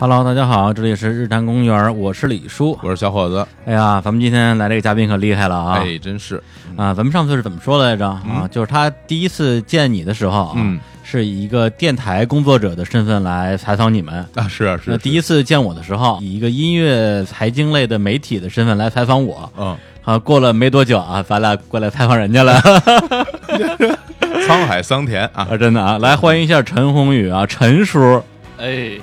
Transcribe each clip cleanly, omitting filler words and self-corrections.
Hello， 大家好，这里是日坛公园，我是李叔， 我是小伙子。 哎呀，咱们今天来这个嘉宾可厉害了啊！ 哎，真是啊，咱们上次是怎么说来着啊？就是他第一次见你的时候啊，是以一个电台工作者的身份来采访你们啊，是啊，是。 那第一次见我的时候，以一个音乐财经类的媒体的身份来采访我。啊，过了没多久啊，咱俩过来采访人家了。 沧海桑田啊， 真的啊！来欢迎一下陈鸿宇啊，陈叔。 哎，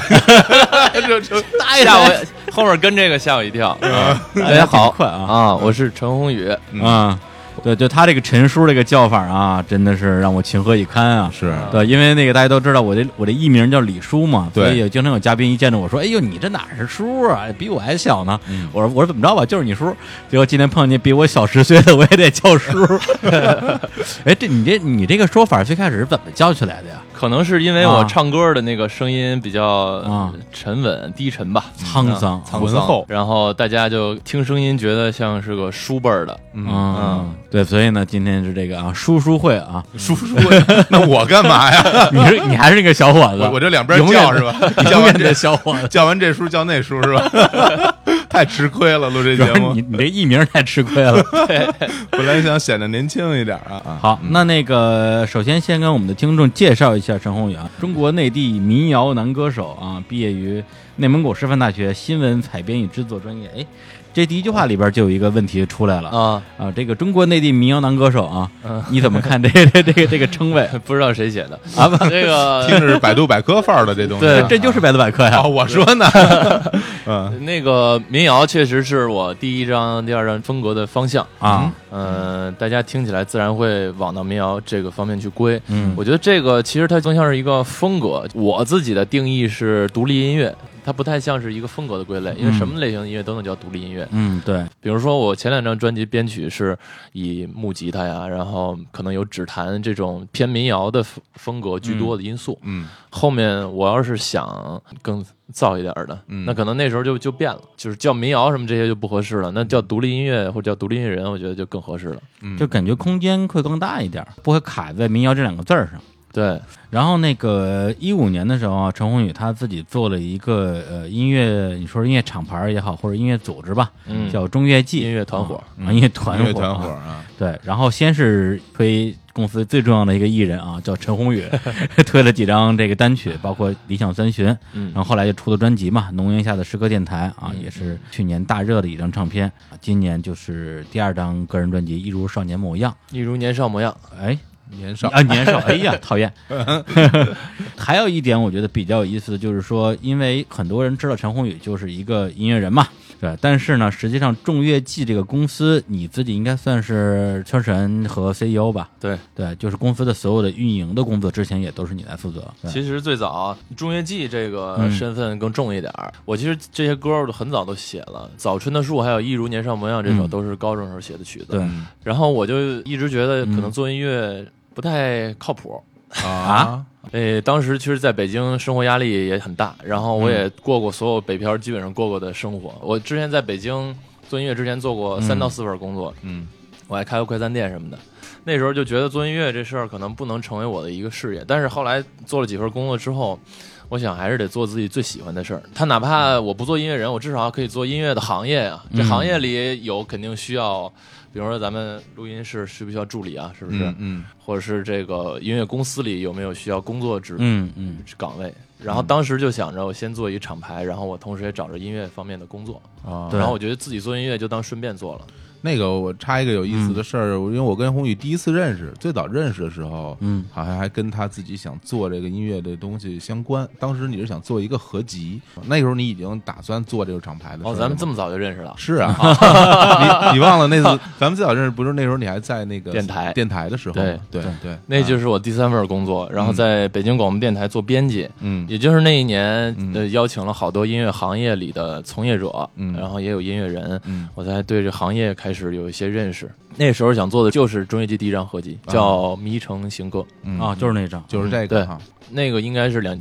吓我后面跟这个吓我一跳。大家好啊，我是陈鸿宇啊。对，就他这个陈叔这个叫法啊，真的是让我情何以堪啊！ 是对，因为那个大家都知道我这艺名叫李叔嘛， 对， 所以也经常有嘉宾一见着我说：“哎呦，你这哪是叔啊？比我还小呢。”我说怎么着吧，就是你叔。结果今天碰见比我小10岁的，我也得叫叔。哎，你这个说法最开始是怎么叫起来的呀？ 可能是因为我唱歌的那个声音比较沉稳、低沉吧， 沧桑、 浑厚， 然后大家就听声音觉得像是个叔辈儿的。 对，所以呢，今天是这个啊，叔叔会啊， 叔叔会，那我干嘛呀？ 你还是那个小伙子， 我这两边叫是吧？ 叫完这小伙子， 叫完这叔叫那叔是吧？太吃亏了，录这节目， 你这艺名太吃亏了。 本来想显得年轻一点啊。 好，那个首先先跟我们的听众介绍一下陈鸿宇啊，中国内地民谣男歌手啊，毕业于内蒙古师范大学新闻采编与制作专业。哎，这第一句话里边就有一个问题出来了啊，这个中国内地民谣男歌手啊，你怎么看这个称谓？ 不知道谁写的啊？这个听着是百度百科范儿的这东西， 对，这就是百度百科呀。 我说呢， 那个民谣确实是我第一张、第二张风格的方向啊。大家听起来自然会往到民谣这个方面去归。我觉得这个其实它更像是一个风格，我自己的定义是独立音乐。它不太像是一个风格的归类，因为什么类型的音乐都能叫独立音乐。对，比如说我前2张专辑编曲是以木吉他呀，然后可能有指弹这种偏民谣的风格居多的因素。后面我要是想更燥一点的，那可能那时候就变了，就是叫民谣什么这些就不合适了，那叫独立音乐或者叫独立音乐人，我觉得就更合适了。 就感觉空间会更大一点，不会卡在民谣这2个字上。 对， 然后那个15年的时候啊，陈鸿宇他自己做了一个音乐，你说音乐厂牌也好，或者音乐组织吧，叫中乐季音乐团伙音乐团伙啊。 对，然后先是推公司最重要的一个艺人啊，叫陈鸿宇，推了几张这个单曲，包括《理想三旬》，然后后来就出了专辑嘛，《浓烟下的诗歌电台》啊，也是去年大热的一张唱片。今年就是第2张个人专辑《一如少年模样》， 一如年少模样， 哎。 年少， 哎呀，讨厌。还有一点我觉得比较有意思的就是说，因为很多人知道陈鸿宇就是一个音乐人嘛，对，但是呢，实际上众乐季这个公司，你自己应该算是创始人和 CEO 吧？ 对， 就是公司的所有的运营的工作之前也都是你来负责。 其实最早众乐季这个身份更重一点，我其实这些歌很早都写了，《早春的树》还有《一如年少模样》这首都是高中时候写的曲子。 对， 然后我就一直觉得可能做音乐不太靠谱啊。 当时其实在北京生活压力也很大，然后我也过过所有北漂基本上过过的生活。我之前在北京做音乐之前做过3到4份工作，我还开过快餐店什么的。那时候就觉得做音乐这事儿可能不能成为我的一个事业，但是后来做了几份工作之后，我想还是得做自己最喜欢的事儿。他哪怕我不做音乐人，我至少可以做音乐的行业啊。这行业里有肯定需要，比如说咱们录音室需不需要助理啊？是不是？或者是这个音乐公司里有没有需要工作职岗位？然后当时就想着我先做一个厂牌，然后我同时也找着音乐方面的工作然后我觉得自己做音乐就当顺便做了。 那个我插一个有意思的事儿，因为我跟鸿宇第一次认识，最早认识的时候，好像还跟他自己想做这个音乐的东西相关。当时你是想做一个合集，那时候你已经打算做这个厂牌的事。 咱们这么早就认识了？ 是啊，你忘了那次咱们最早认识不是那时候你还在那个电台的时候？对， 那就是我第3份工作，然后在北京广播电台做编辑，也就是那一年邀请了好多音乐行业里的从业者，然后也有音乐人，我才对这行业开始有一些认识。那时候想做的就是中乐季第1张合集，叫《迷城行歌》 就是那张， 就是这个。 那个应该是2014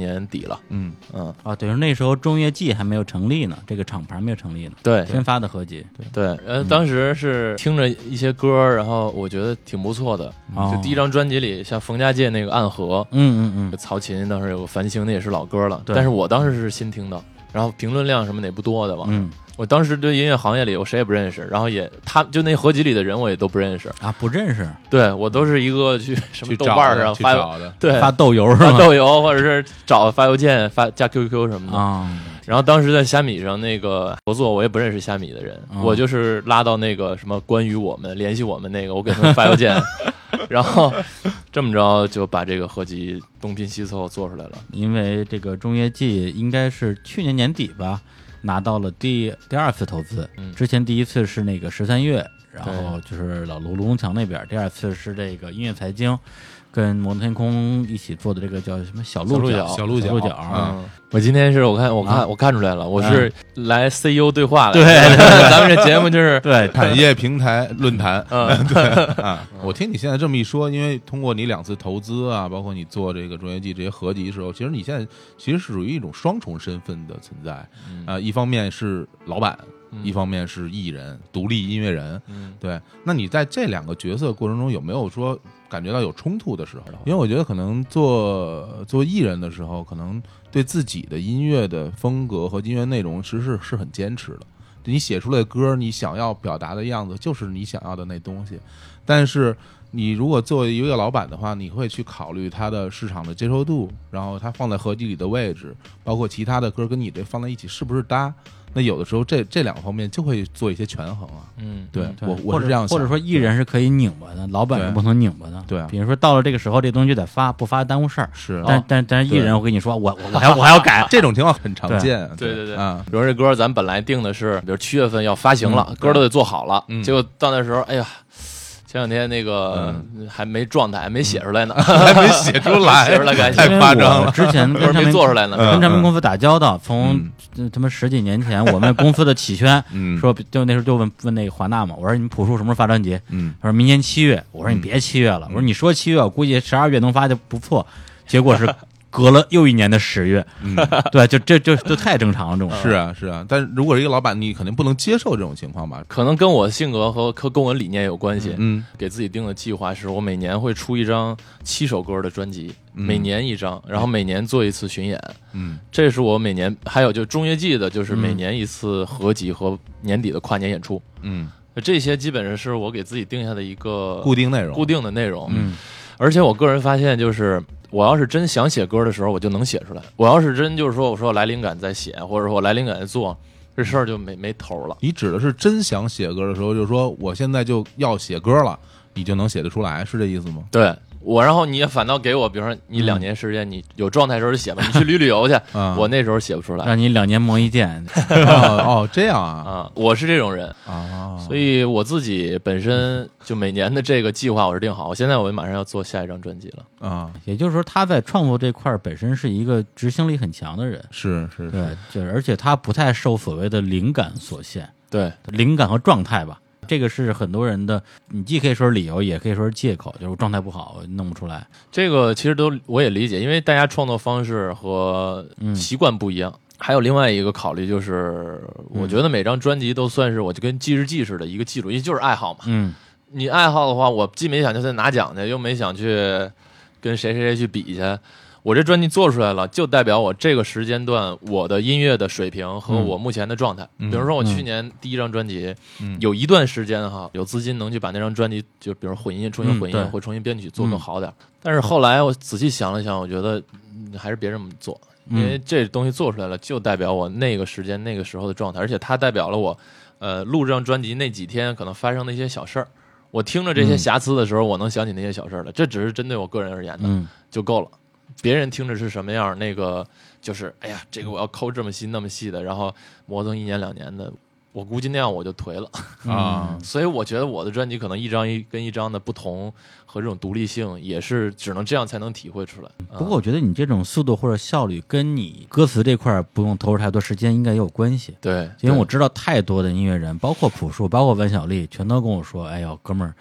年底了。 等于那时候中乐季还没有成立呢，这个厂牌没有成立呢。 对， 先发的合集。 对，当时是听着一些歌，然后我觉得挺不错的。就第一张专辑里，像冯家界那个《暗河》，曹琴当时有个《繁星》，那也是老歌了。但是我当时是新听到，然后评论量什么的也不多的嘛。我当时对音乐行业里我谁也不认识，然后他就那合集里的人我也都不认识啊，不认识。 对，我都是一个去什么豆瓣上发的， 对， 发豆油是吧？ 发豆油，或者是发邮件加 QQ 什么的啊。然后当时在虾米上那个合作，我也不认识虾米的人，我就是拉到那个什么关于我们联系我们那个，我给他们发邮件，然后这么着就把这个合集东拼西凑做出来了。 因为这个中乐季应该是去年年底吧。拿到了第二次投资，之前第一次是那个13月，然后就是老卢龙强那边，第二次是这个音乐财经跟摩登天空一起做的这个叫什么小鹿角我今天是我看出来了，我是来 CEO 对话的。 对， 咱们这节目就是对产业平台论坛。对啊，我听你现在这么一说，因为通过你2次投资啊，包括你做这个中乐季这些合集的时候，其实你现在其实是属于一种双重身份的存在一方面是老板。一方面是艺人，独立音乐人，对。那你在这2个角色过程中有没有说感觉到有冲突的时候？因为我觉得可能做艺人的时候，可能对自己的音乐的风格和音乐内容其实是很坚持的。你写出来的歌，你想要表达的样子就是你想要的那东西，但是你如果作为一个老板的话，你会去考虑它的市场的接受度，然后它放在合集里的位置，包括其他的歌跟你这放在一起是不是搭。那有的时候这2个方面就会做一些权衡啊。对，我是这样想。 或者说艺人是可以拧巴的，老板是不能拧巴的。 对啊， 比如说到了这个时候，这东西就得发，不发耽误事儿。 是， 但是艺人我跟你说，我还要改， 这种情况很常见。 对啊， 比如这歌咱本来定的是，比如7月份要发行了，歌都得做好了，结果到那时候，哎呀。前2天那个还没状态，没写出来呢， 还没写出来，太夸张了。 之前跟没做出来呢， 跟唱片公司打交道，从他妈10几年前，我们公司的启轩说，就那时候就问那个华纳嘛，我说你们朴树什么时候发专辑？他说明年7月。我说你别7月了，我说你说7月，我估计12月能发就不错。结果是隔了又1年的10月，对，就太正常了，这种是啊。但如果是一个老板，你肯定不能接受这种情况吧？ 可能跟我性格和跟我理念有关系。给自己定的计划是我每年会出一张7首歌的专辑，每年一张，然后每年做一次巡演。这是我每年，还有就中乐季的，就是每年一次合集和年底的跨年演出。这些基本上是我给自己定下的一个固定的内容。而且我个人发现就是。我要是真想写歌的时候，我就能写出来。我要是真就是说，我说我来灵感再写，或者说我来灵感再做，这事儿就没头了。 你指的是真想写歌的时候，就是说我现在就要写歌了，你就能写得出来，是这意思吗？ 对。然后你也反倒给我，比如说你2年时间，你有状态的时候就写吧，你去旅游去。我那时候写不出来， 让你2年磨一剑。 这样啊， 我是这种人啊，所以我自己本身就每年的这个计划我是定好，现在我马上要做下一张专辑了啊。也就是说，他在创作这块本身是一个执行力很强的人， 是， 对，就是而且他不太受所谓的灵感所限， 对， 灵感和状态吧。这个是很多人的，你既可以说是理由，也可以说是借口，就是状态不好，弄不出来。 这个其实我也理解，因为大家创作方式和习惯不一样。还有另外一个考虑就是，我觉得每张专辑都算是我就跟记日记似的一个记录，因为就是爱好嘛。你爱好的话，我既没想去拿奖去，又没想去跟谁去比去。我这专辑做出来了，就代表我这个时间段我的音乐的水平和我目前的状态。比如说我去年第一张专辑，有一段时间有资金能去把那张专辑就比如重新混音或重新编曲做更好点。但是后来我仔细想了想，我觉得还是别这么做，因为这东西做出来了，就代表我那个时间那个时候的状态，而且它代表了我录这张专辑那几天可能发生的一些小事儿。我听着这些瑕疵的时候，我能想起那些小事儿了。这只是针对我个人而言的，就够了。别人听着是什么样，那个就是哎呀，这个我要抠这么细那么细的，然后磨蹭1年2年的，我估计那样我就颓了啊。所以我觉得我的专辑可能一张跟一张的不同和这种独立性，也是只能这样才能体会出来。 不过我觉得你这种速度或者效率，跟你歌词这块不用投入太多时间，应该也有关系。 对， 因为我知道太多的音乐人，包括朴树，包括万晓利，全都跟我说：“哎呦，哥们儿。”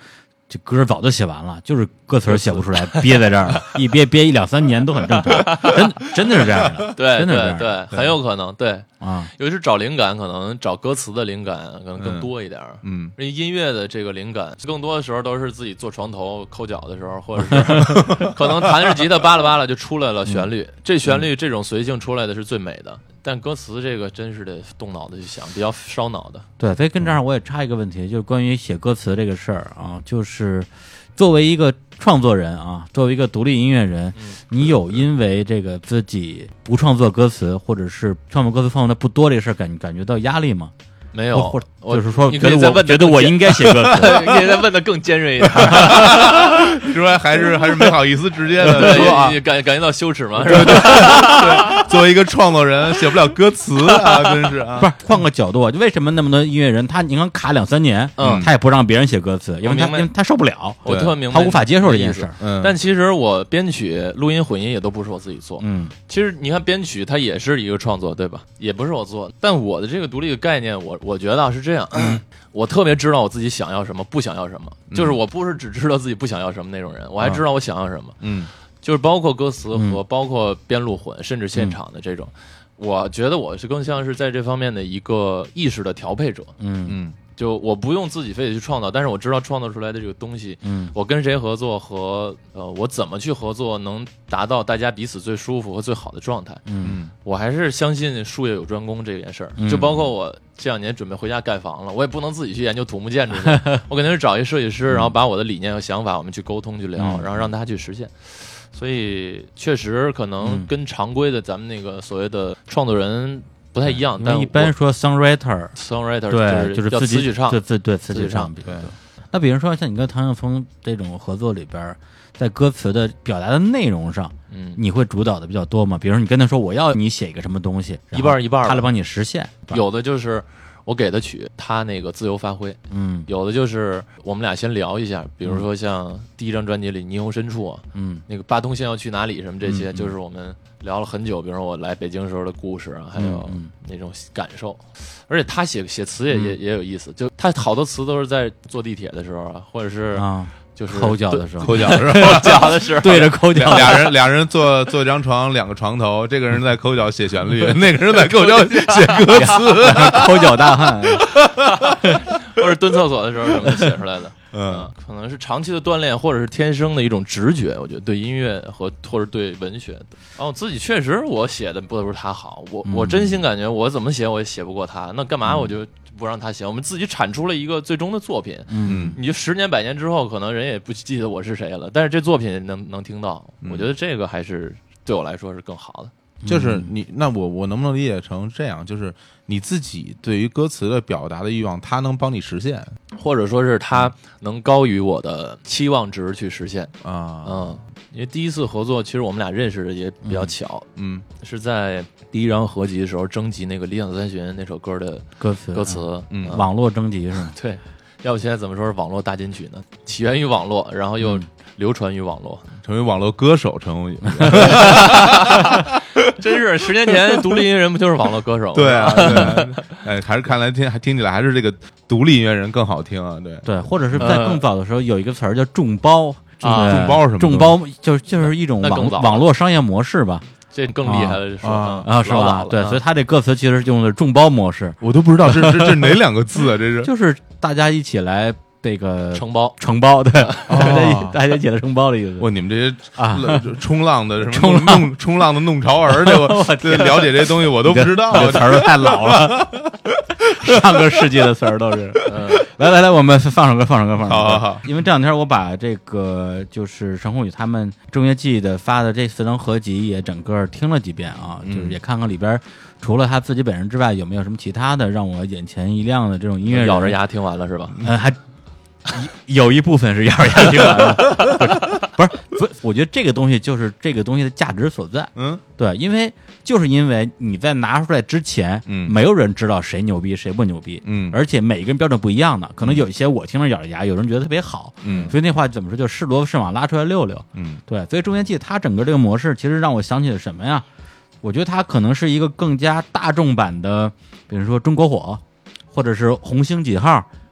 这歌早就写完了，就是歌词写不出来，憋在这儿了，一憋2-3年都很正常，真的是这样的， 对真的是这样对，很有可能，对啊， 尤其是找灵感，可能找歌词的灵感可能更多一点， 因为音乐的这个灵感，更多的时候都是自己坐床头抠脚的时候，或者是可能弹着吉他扒拉扒拉就出来了旋律，这旋律这种随性出来的是最美的。但歌词这个真是得动脑子去想，比较烧脑的。 对，所以跟这儿我也插一个问题，就是关于写歌词这个事儿啊，就是作为一个创作人啊，作为一个独立音乐人，你有因为这个自己不创作歌词，或者是创作歌词创作的不多这个事儿感觉到压力吗？ 没有， 或就是说， 你可以再问觉得我应该写歌词， 你可以再问的更尖锐一点， 是吧？还是没好意思直接的说啊， 你感觉到羞耻吗？是吧？对，作为一个创作人，写不了歌词啊，真是啊。 不是，换个角度，就为什么那么多音乐人他你看卡2-3年，他也不让别人写歌词，因为他受不了， 我特明白， 他无法接受这件事。 但其实我编曲、录音、混音也都不是我自己做。其实你看编曲，它也是一个创作，对吧？也不是我做，但我的这个独立的概念，我觉得是这样。我特别知道我自己想要什么，不想要什么。就是我不是只知道自己不想要什么那种人，我还知道我想要什么。就是包括歌词和包括编录混，甚至现场的这种，我觉得我是更像是在这方面的一个意识的调配者。就我不用自己非得去创造，但是我知道创造出来的这个东西，我跟谁合作和我怎么去合作能达到大家彼此最舒服和最好的状态。我还是相信术业有专攻这件事儿。就包括我这2年准备回家盖房了，我也不能自己去研究土木建筑去，我肯定是找一设计师，然后把我的理念和想法我们去沟通去聊，然后让他去实现。所以确实可能跟常规的咱们那个所谓的创作人不太一样，但一般说 songwriter 对， 就是自己词曲唱， 对词曲唱。对，那比如说像你跟唐晓峰这种合作里边，在歌词的表达的内容上，你会主导的比较多吗？比如说你跟他说我要你写一个什么东西， 一半一半， 他来帮你实现。 有的就是我给的曲，他那个自由发挥。有的就是我们俩先聊一下，比如说像第1张专辑里《霓虹深处》那个八通线要去哪里什么这些，就是我们聊了很久，比如说我来北京时候的故事啊，还有那种感受。而且他写词也有意思，就他好多词都是在坐地铁的时候啊，或者是就是抠脚的时候， 抠脚的时候， 对着抠脚， 俩人坐一张床，2个床头，这个人在抠脚写旋律，那个人在抠脚写歌词， 抠脚大汉， 或者蹲厕所的时候什么写出来的。可能是长期的锻炼，或者是天生的一种直觉。我觉得对音乐或者对文学，自己确实我写的不是他好，我真心感觉我怎么写我也写不过他，那干嘛我就不让他写？我们自己产出了一个最终的作品。你就10年100年之后，可能人也不记得我是谁了，但是这作品能听到，我觉得这个还是对我来说是更好的。 就是那我能不能理解成这样？就是你自己对于歌词的表达的欲望，他能帮你实现， 或者说是他能高于我的期望值去实现啊。 因为第一次合作，其实我们俩认识的也比较巧，是在第1张合集的时候征集那个《理想三旬》那首歌的歌词， 网络征集是吗？ 对，要不现在怎么说是网络大金曲呢？起源于网络，然后又流传于网络， 成为网络歌手，成为真是10年前独立音乐人不就是网络歌手？ 对啊，对，还是看来听起来还是这个独立音乐人更好听啊， 对，或者是在更早的时候有一个词儿叫众包， 众包什么？ 众包就是一种网络商业模式吧。 这更厉害的说是吧？对，所以他这歌词其实用的是众包模式， 我都不知道这哪2个字啊？这是就是大家一起来。这个承包， 对，大家写的承包的意思。 哇，你们这些冲浪的什么冲浪的弄潮儿，我了解这东西我都不知道， 这词儿太老了，上个世纪的词儿都是。来，我们放首歌。 好。 因为这2天我把这个就是陈鸿宇他们正月季的发的这4张合集也整个听了几遍啊，就是也看看里边除了他自己本人之外，有没有什么其他的让我眼前一亮的这种音乐人。 咬着牙听完了是吧？ 还。有一部分是咬着牙听完的，不是，我觉得这个东西就是这个东西的价值所在。对，因为你在拿出来之前，没有人知道谁牛逼谁不牛逼，而且每个人标准不一样的，可能有一些我听着咬着牙，有人觉得特别好，所以那话怎么说，就是萝卜是网拉出来溜溜，对，所以中元季它整个这个模式，其实让我想起了什么呀？我觉得它可能是一个更加大众版的，比如说中国火，或者是红星几号。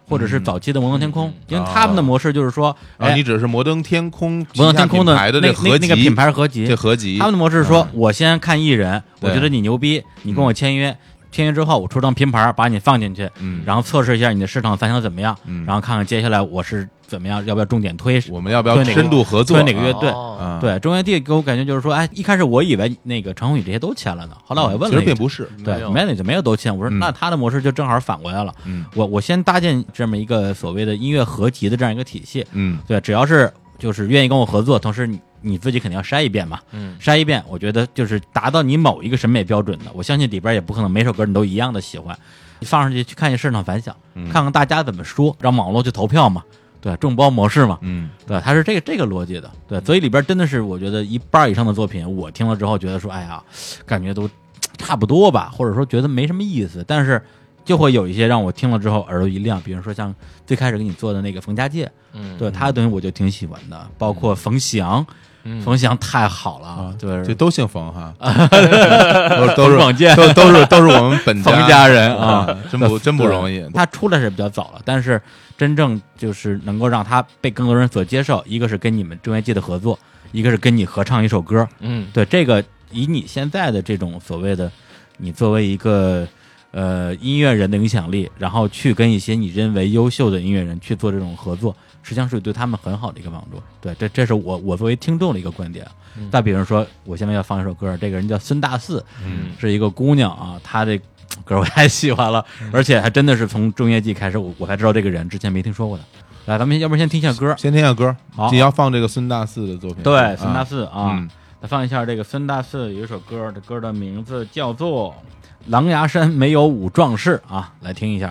或者是早期的摩登天空，因为他们的模式就是说， 你指的是摩登天空的那个品牌合集， 这合集， 他们的模式是说，我先看艺人，我觉得你牛逼，你跟我签约。签约之后，我出张拼盘把你放进去，然后测试一下你的市场反响怎么样，然后看看接下来我是怎么样，要不要重点推， 我们要不要深度合作， 推哪个乐队？对，中原地给我感觉就是说，一开始我以为那个陈鸿宇这些都签了呢，后来我也问了， 其实并不是， 对，manage 没有都签，我说那他的模式就正好反过来了，我先搭建这么一个所谓的音乐合集的这样一个体系，对，只要是就是愿意跟我合作，同时你自己肯定要筛一遍嘛，筛一遍，我觉得就是达到你某一个审美标准的，我相信里边也不可能每首歌你都一样的喜欢，你放上去去看一下市场反响，看看大家怎么说，让网络去投票嘛，对，众包模式嘛，对，它是这个逻辑的，对，所以里边真的是我觉得一半以上的作品，我听了之后觉得说，哎呀，感觉都差不多吧，或者说觉得没什么意思，但是就会有一些让我听了之后耳朵一亮，比如说像最开始给你做的那个冯家界，对，他的东西我就挺喜欢的，包括冯翔。冯翔太好了，对， 这都姓冯哈， 都是广建， 都是我们本冯家人啊， 真不容易。 他出来是比较早了，但是真正就是能够让他被更多人所接受，一个是跟你们中原界的合作，一个是跟你合唱一首歌，对，这个以你现在的这种所谓的，你作为一个音乐人的影响力，然后去跟一些你认为优秀的音乐人去做这种合作，实际上是对他们很好的一个帮助。对，这是我作为听众的一个观点。再比如说，我现在要放一首歌，这个人叫孙大四，是一个姑娘啊，她这歌我太喜欢了，而且还真的是从中乐季开始，我才知道这个人，之前没听说过的。来，咱们要不然先听一下歌， 好，你要放这个孙大四的作品， 对，孙大四啊，来放一下这个孙大四有一首歌，这歌的名字叫做《狼牙山没有五壮士》啊，来听一下。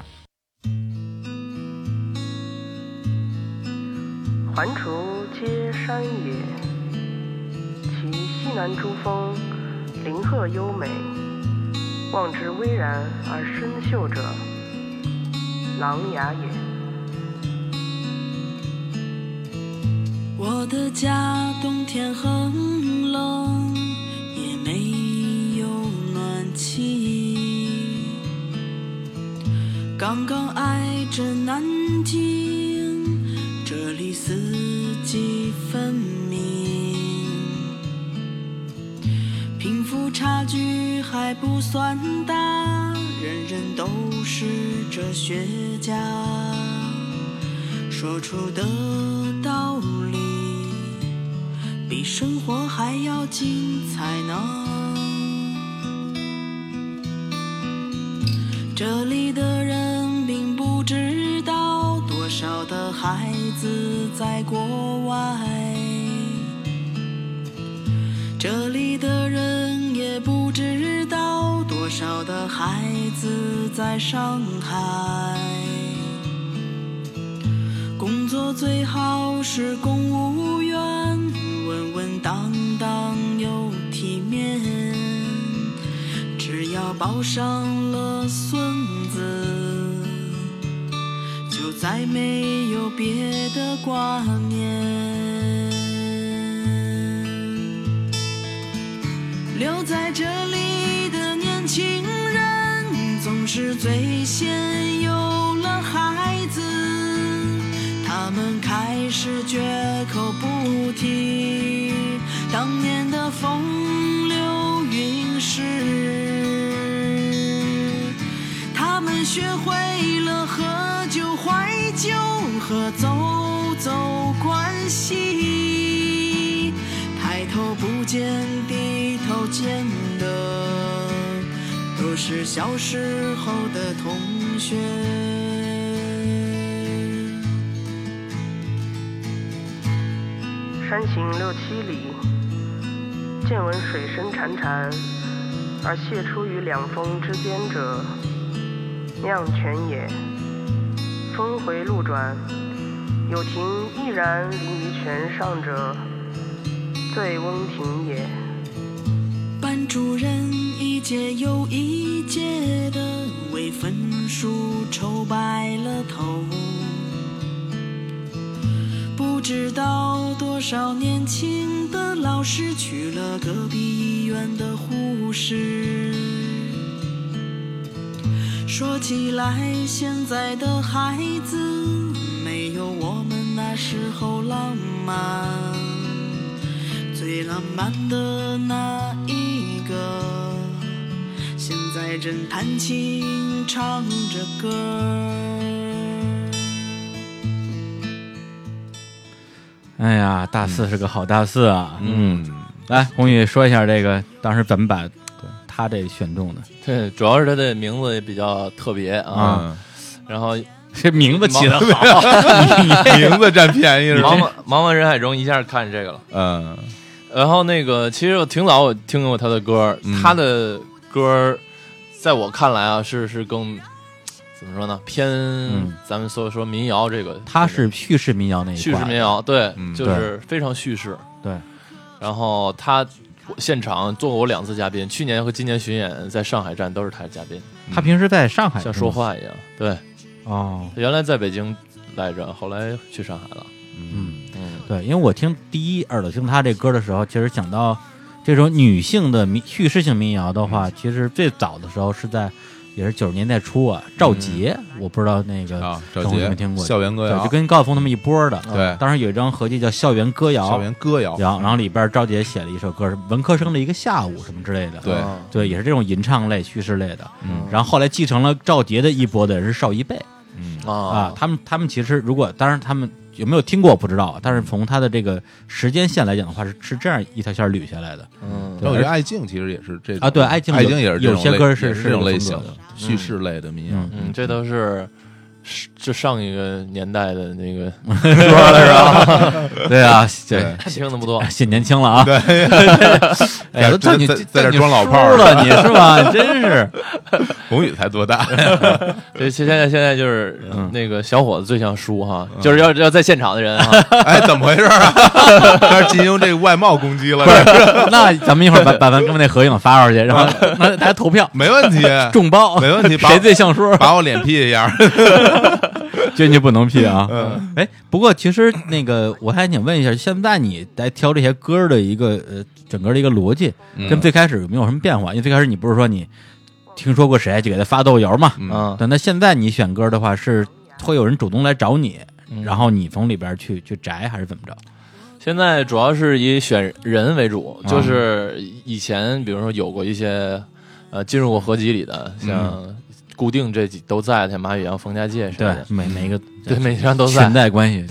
环滁皆山也，其西南诸峰，林壑优美，望之巍然而深秀者，琅琊也。 我的家冬天很冷，也没有暖气，刚刚挨着南京，这里四季分明，贫富差距还不算大，人人都是哲学家，说出的道理比生活还要精彩呢。这里的人并不知道多少的孩子在国外，这里的人也不知道多少的孩子在上海。工作最好是公务员，稳稳当当又体面，只要抱上了孙子，就再没有别的挂念。留在这里的年轻人总是最先有了孩子，他们开始绝口不提当年的风流韵事，他们学会了喝酒怀旧和走走关系，抬头不见低头见的都是小时候的同学。 山行6-7里，见闻水声潺潺，而泻出于两峰之间者，酿泉也。峰回路转，有亭毅然临于泉上者，醉翁亭也。 班主任一届又一届的为分数愁白了头，不知道多少年轻的老师娶了隔壁医院的护士， 说起来，现在的孩子没有我们那时候浪漫，最浪漫的那一个，现在正弹琴唱着歌。 哎呀，大四是个好大四啊！来，宏宇说一下这个当时怎么把他这选中的？ 对，主要是他的名字也比较特别啊，然后这名字起得好， 名字占便宜是吧？ 茫茫人海中一下看这个了，然后那个其实我挺早我听过他的歌，他的歌在我看来啊是更怎么说呢？偏咱们说民谣这个， 他是叙事民谣那一块， 叙事民谣，对，就是非常叙事， 对。 然后他现场做过我2次嘉宾，去年和今年巡演在上海站都是他的嘉宾。 他平时在上海像说话一样，对， 哦， 原来在北京来着，后来去上海了。 对，因为我听第一耳朵听他这歌的时候，其实讲到这种女性的叙事性民谣的话，其实最早的时候是在。也是90年代初啊，赵杰，我不知道那个赵杰没听过， 校园歌谣， 就跟高晓松他们一波的。 对， 当时有一张合集叫《校园歌谣》， 校园歌谣， 然后里边赵杰写了一首歌，文科生的一个下午什么之类的。 对， 也是这种吟唱类、叙事类的。然后后来继承了赵杰的一波的人是邵一贝，他们其实当然他们有没有听过我不知道，但是从他的这个时间线来讲的话，是这样一条线捋下来的。 我觉得爱静其实也是这啊，对，爱静也是有些歌是这种类型的叙事类的民谣， 这都是上一个年代的那个歌了是吧？ 对啊，对， 听的不多， 显年轻了啊！ 对， 哎，都你在这装老炮了，你是吧？真是， 宏宇才多大？ 对，现在就是那个小伙子最像叔哈，就是要在现场的人哈。 哎，怎么回事啊？开始进行这个外貌攻击了。 那咱们一会儿把咱们那合影发出去，然后大家投票， 没问题， 众包没问题， 谁最像叔？ 把我脸 P 一下。 坚决不能 P 啊！哎，不过其实那个我还想问一下，现在你来挑这些歌的一个整个的一个逻辑，跟最开始有没有什么变化？因为最开始你不是说你听说过谁就给他发豆油嘛？对，那现在你选歌的话，是会有人主动来找你，然后你从里边去摘，还是怎么着？ 现在主要是以选人为主，就是以前比如说有过一些进入过合集里的，像固定这几都在，像马宇阳、冯家界什么的， 对，每一个对每张都在， 裙带关系，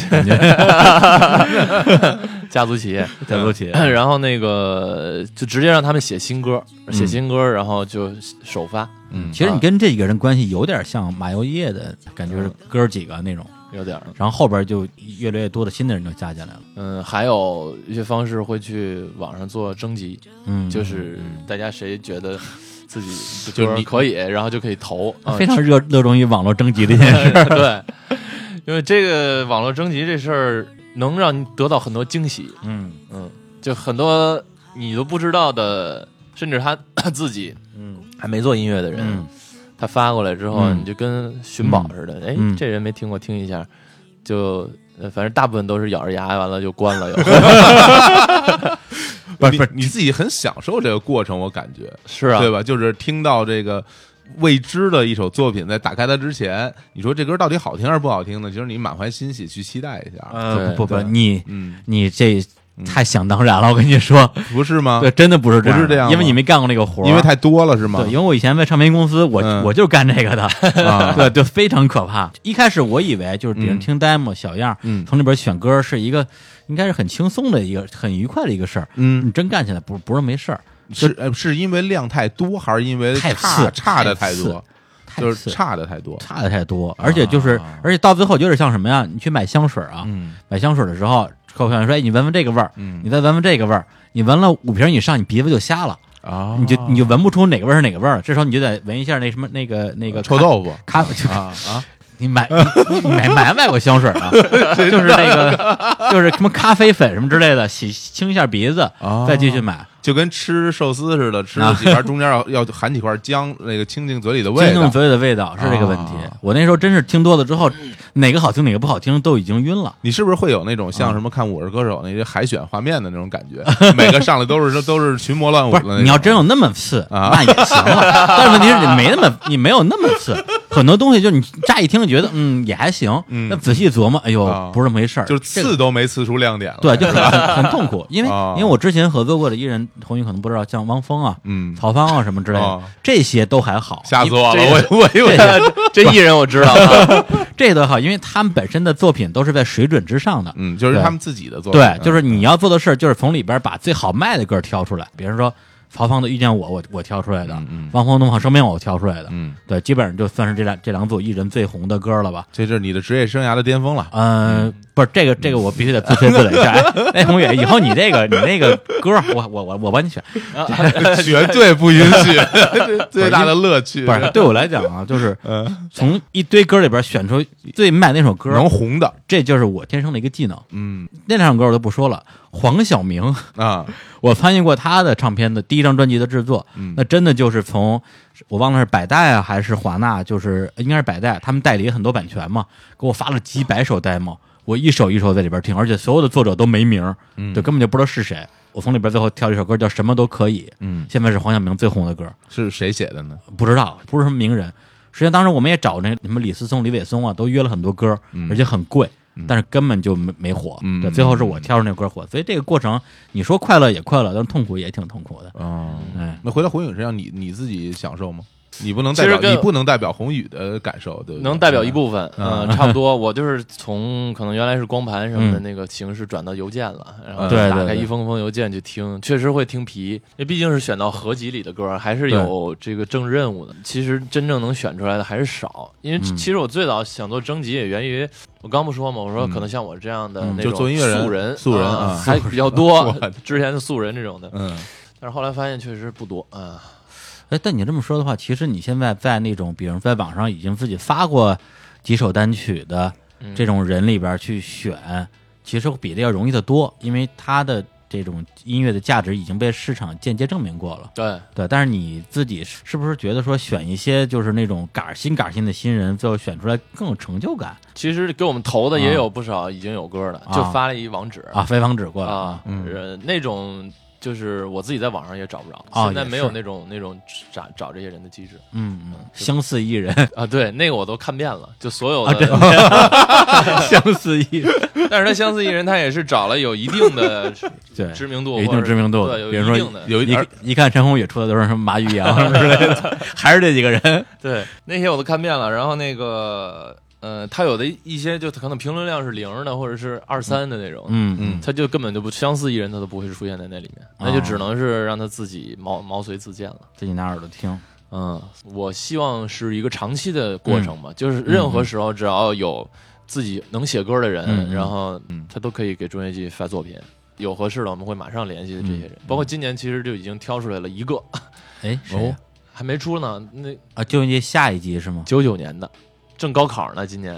家族企业，然后那个就直接让他们写新歌，然后就首发。 其实你跟这几个人关系有点像马友业的感觉，是哥几个那种。 有点， 然后后边就越来越多的新的人就加进来了。 还有一些方式会去网上做征集，就是大家谁觉得自己就是可以，然后就可以投， 非常热衷于网络征集这件事。 对，因为这个网络征集这事儿能让你得到很多惊喜。就很多你都不知道的，甚至他自己还没做音乐的人。他发过来之后，你就跟寻宝似的，哎，这人没听过，听一下，就反正大部分都是咬着牙，完了就关了。 不是你自己很享受这个过程，我感觉是啊， 对吧？就是听到这个未知的一首作品，在打开它之前，你说这歌到底好听还是不好听呢？其实你满怀欣喜去期待一下。 不，你这。太想当然了，我跟你说， 不是吗？ 对，真的不是这样， 不是这样， 因为你没干过那个活， 因为太多了，是吗？ 对，因为我以前在唱片公司，我就干这个的，对，就非常可怕。一开始我以为就是别人听 demo 小样，从里边选歌是一个应该是很轻松的一个很愉快的一个事儿，你真干起来不是没事儿， 是因为量太多，还是因为差的太多？就是差的太多，而且到最后有点像什么呀？你去买香水啊，买香水的时候。客户说：“哎，你闻闻这个味儿，你再闻闻这个味儿，你闻了5瓶以上，你鼻子就瞎了啊！你就闻不出哪个味儿是哪个味儿了。这时候你就得闻一下那什么那个臭豆腐咖你买过香水啊？就是那个就是什么咖啡粉什么之类的，清一下鼻子，再继续买。” 就跟吃寿司似的，吃了几块中间要含几块姜，那个清净嘴里的味道。 清净嘴里的味道是这个问题。 我那时候真是听多了之后，哪个好听哪个不好听都已经晕了。 你是不是会有那种像什么看《我是歌手》那些海选画面的那种感觉？每个上来都是群魔乱舞的那种。 你要真有那么次那也行了，但是问题是你没有那么次，很多东西就你乍一听觉得也还行，那仔细琢磨，哎呦，不是这么回事儿， 就是刺都没刺出亮点了。 对，就很痛苦，因为我之前合作过的艺人，红宇可能不知道，像汪峰啊、曹芳啊什么之类的，这些都还好。 吓死我了，我以为这艺人我知道， 这都好，因为他们本身的作品都是在水准之上的， 就是他们自己的作品。 对，就是你要做的事儿，就是从里边把最好卖的歌挑出来，比如说曹芳的《遇见我》，我挑出来的，汪峰的《梦想生命》我挑出来的，对，基本上就算是这两组艺人最红的歌了吧。 这是你的职业生涯的巅峰了。 不是这个我必须得自吹自擂一下。哎，宏宇，以后你那个歌，我帮你选， 绝对不允许，最大的乐趣。 不是对我来讲啊，就是从一堆歌里边选出最卖那首歌能红的， 这就是我天生的一个技能。那两首歌我都不说了。黄晓明啊， 我参与过他的唱片的第一张专辑的制作，那真的就是从我忘了是百代啊还是华纳，就是应该是百代，他们代理很多版权嘛，给我发了几百首 demo， 我一首一首在里边听，而且所有的作者都没名，就根本就不知道是谁。我从里边最后挑了一首歌叫《什么都可以》，现在是黄晓明最红的歌。 是谁写的呢？ 不知道，不是什么名人。实际上当时我们也找那什么李思松、李伟松啊，都约了很多歌，而且很贵。但是根本就没火，对，最后是我挑着那歌火，所以这个过程你说快乐也快乐，但痛苦也挺痛苦的。 那回到红宇身上，你自己享受吗？你不能代表宏宇的感受，对不对？ 能代表一部分，差不多。我就是从可能原来是光盘什么的那个形式转到邮件了，然后打开一封封邮件去听，确实会听疲，因为毕竟是选到合集里的歌，还是有这个正任务的。其实真正能选出来的还是少，因为其实我最早想做征集也源于我刚不说嘛，我说可能像我这样的那种做音乐人素人啊还比较多，之前的素人这种的，但是后来发现确实不多啊。 但你这么说的话，其实你现在在那种，比如在网上已经自己发过几首单曲的这种人里边去选，其实比这要容易得多，因为他的这种音乐的价值已经被市场间接证明过了。对，但是你自己是不是觉得说选一些就是那种杆新的新人，最后选出来更有成就感？ 其实给我们投的也有不少已经有歌的，就发了一网址飞网址过来那种。就是我自己在网上也找不着，现在没有那种找这些人的机制。 相似艺人啊，对，那个我都看遍了，就所有的相似艺人。 但是他相似艺人，他也是找了有一定的知名度， 有一定知名度的， 比如说有一看陈鸿宇出的都是什么马宇阳什么之类的，还是这几个人。 对，那些我都看遍了，然后那个。他有的一些就可能评论量是0的，或者是2-3的那种，他就根本就不相似艺人，他都不会出现在那里面，那就只能是让他自己毛遂自荐了， 自己拿耳朵听。 我希望是一个长期的过程吧，就是任何时候只要有自己能写歌的人，然后他都可以给中乐季发作品，有合适的我们会马上联系这些人，包括今年其实就已经挑出来了一个， 谁还没出呢，那中乐季下一季是吗 ？99年的。正高考呢，今年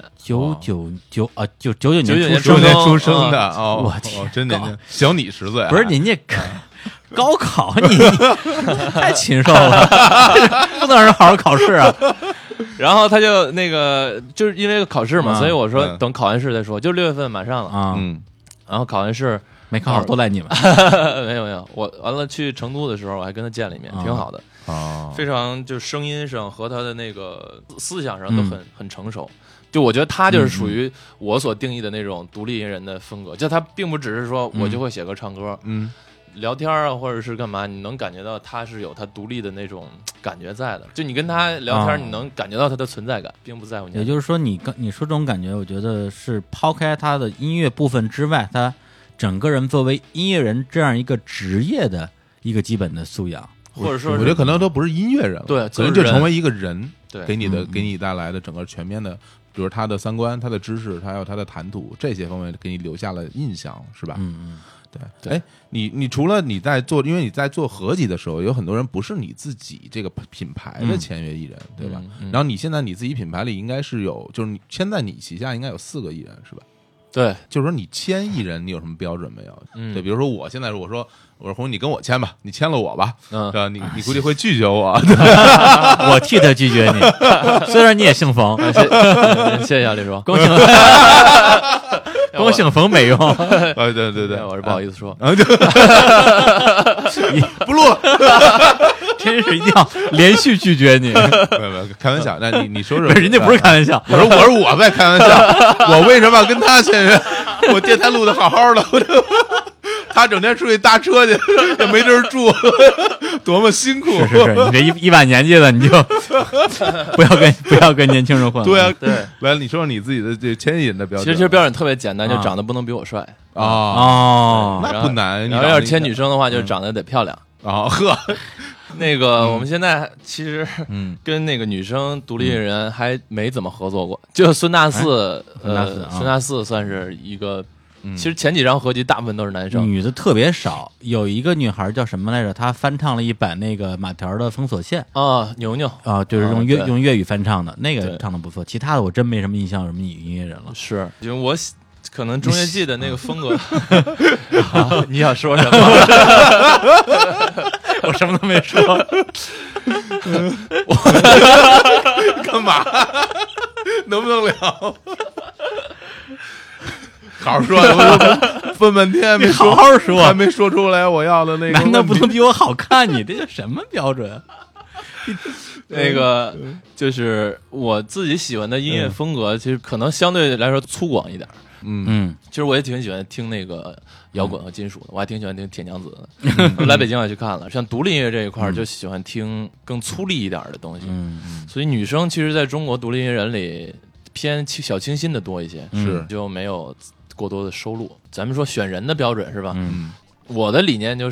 99 年出生的我天， 真的小你10岁， 不是人家高考你太禽兽了，不能让人好好考试啊。 然后他就那个就是因为考试嘛，所以我说等考完试再说，就6月份马上了啊。 然后考完试没考好都赖你们， 没有，我完了去成都的时候，我还跟他见了一面，挺好的。非常就声音上和他的那个思想上都很成熟，就我觉得他就是属于我所定义的那种独立音乐人的风格，就他并不只是说我就会写歌唱歌，聊天啊或者是干嘛，你能感觉到他是有他独立的那种感觉在的，就你跟他聊天，你能感觉到他的存在感，并不在乎你。 也就是说你说这种感觉，我觉得是抛开他的音乐部分之外，他整个人作为音乐人这样一个职业的一个基本的素养。 或者说我觉得可能都不是音乐人了， 对， 可能就成为一个人， 对， 给你带来的整个全面的，比如他的三观、他的知识，还有他的谈吐这些方面，给你留下了印象，是吧？对。哎，你除了你在做，因为你在做合集的时候，有很多人不是你自己这个品牌的签约艺人，对吧？然后你现在你自己品牌里应该是有，就是现在你旗下应该有4个艺人，是吧？ 对， 就是说你签艺人，你有什么标准没有？对，比如说我现在我说红，你跟我签吧，你签了我吧，对吧？你估计会拒绝我， 我替他拒绝你，虽然你也姓冯， 谢谢啊，李叔， 光姓冯没用。 对， 我是不好意思说， 不录了。 真是一定要连续拒绝你， 没有开玩笑。那你说说， 人家不是开玩笑， 我在开玩笑，我为什么要跟他签约？我电台录的好好的，他整天出去搭车去，也没地儿住，多么辛苦。 是，你这一把年纪了，你就不要跟年轻人混了。 对啊， 对， 来你说说你自己的这签艺人的标准。 其实标准特别简单，就长得不能比我帅哦，那不难。 然后要是签女生的话，就长得得漂亮啊。呵， 那个我们现在其实跟那个女生独立艺人还没怎么合作过，就孙大四，孙大四算是一个。其实前几张合集大部分都是男生， 女的特别少。有一个女孩叫什么来着？她翻唱了一版那个马条的《封锁线》 啊，牛牛啊，就是用粤语翻唱的，那个唱的不错。其他的我真没什么印象，有什么女音乐人了。 是因为我可能中乐季的那个风格，你想说什么？ 我什么都没说。 干嘛？能不能聊？好好说，分半天没好好说， 还没说出来我要的那个。 难道不能比我好看？你这叫什么标准？ 那个就是我自己喜欢的音乐风格，其实可能相对来说粗犷一点。其实我也挺喜欢听那个摇滚和金属的，我还挺喜欢听铁娘子的。来北京也去看了，像独立音乐这一块就喜欢听更粗粝一点的东西。所以女生其实在中国独立音乐人里偏小清新的多一些， 是就没有过多的收录。咱们说选人的标准是吧？我的理念就是，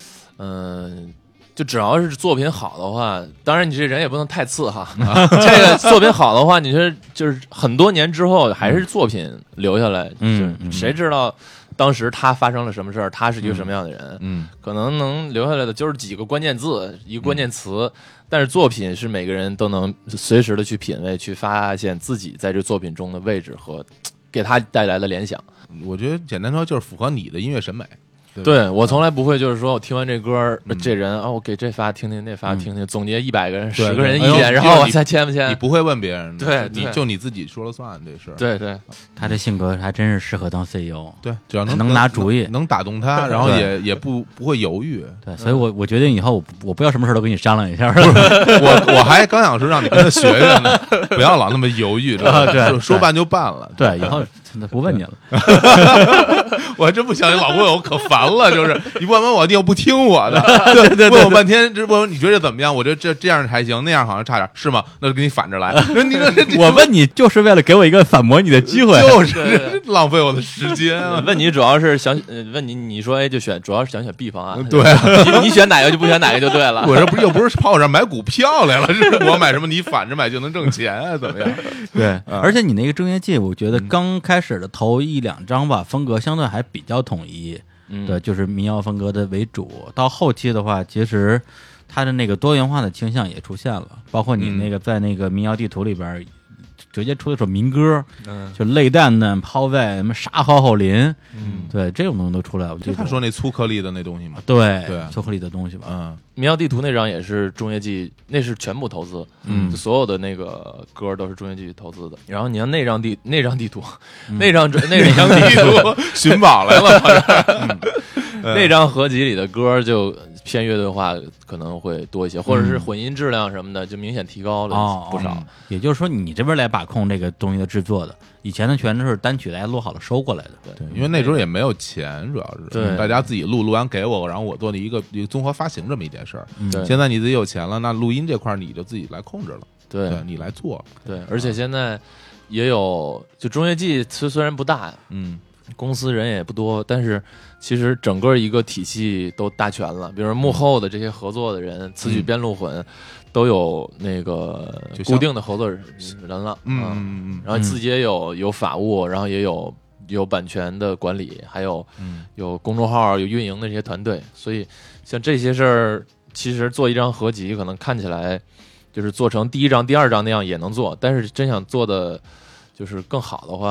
就只要是作品好的话，当然你这人也不能太次哈。这个作品好的话，你说就是很多年之后还是作品留下来，谁知道当时他发生了什么事儿，他是一个什么样的人？可能能留下来的就是几个关键字，一个关键词。但是作品是每个人都能随时的去品味，去发现自己在这作品中的位置和给他带来的联想。 我觉得简单说就是符合你的音乐审美。 对，我从来不会就是说我听完这歌，这人我给这发听听，那发听听，总结100个人、10个人意见，然后我才签不签？ 你不会问别人的， 对，你自己说了算这事。 对， 他这性格还真是适合当 CEO。 对，只要能拿主意， 能打动他，然后也不会犹豫。 对，所以我决定以后我不要什么事都跟你商量一下。 我还刚想说让你跟他学学呢，不要老那么犹豫， 对， 说办就办了。 对，以后不问你了。 我还真不相信，老问我可烦了，就是你问完我，你又不听我的， 对， 问我半天，问我你觉得怎么样？我觉得这样还行，那样好像差点，是吗？那就给你反着来。 我问你就是为了给我一个反驳你的机会， 就是浪费我的时间。 问你主要是想问你说就选，主要是想选 B 方案。 对， 你选哪个就不选哪个就对了。 我这又不是跑我这买股票来了，是我买什么你反着买就能挣钱啊？怎么样？ 对，而且你那个中乐季，我觉得刚开始的头1-2张吧，风格相对还比较统一。对，就是民谣风格的为主。到后期的话，其实它的那个多元化的倾向也出现了，包括你那个在那个民谣地图里边直接出了首民歌，就泪蛋蛋抛在什么沙好好林，对，这种东西都出来了。 就他说那粗颗粒的那东西嘛， 对，粗颗粒的东西吧。 民谣地图那张也是中乐季，那是全部投资，所有的那个歌都是中乐季投资的。然后你看那张地图，那张地图寻宝来了， 那张合集里的歌就偏乐队化可能会多一些，或者是混音质量什么的就明显提高了不少。 也就是说，你这边来把控这个东西的制作的，以前的全都是单曲大家录好了收过来的。 对，因为那时候也没有钱，主要是大家自己录完给我，然后我做的一个综合发行这么一件事儿。现在你自己有钱了，那录音这块你就自己来控制了，对，你来做。 对，而且现在也有，就中乐季虽然不大，公司人也不多，但是其实整个一个体系都大全了。比如幕后的这些合作的人，词曲编录混都有那个固定的合作人了，然后自己也有法务，然后也有版权的管理，还有公众号、有运营的这些团队。所以像这些事儿，其实做一张合集，可能看起来就是做成第1张、第2张那样也能做，但是真想做的就是更好的话。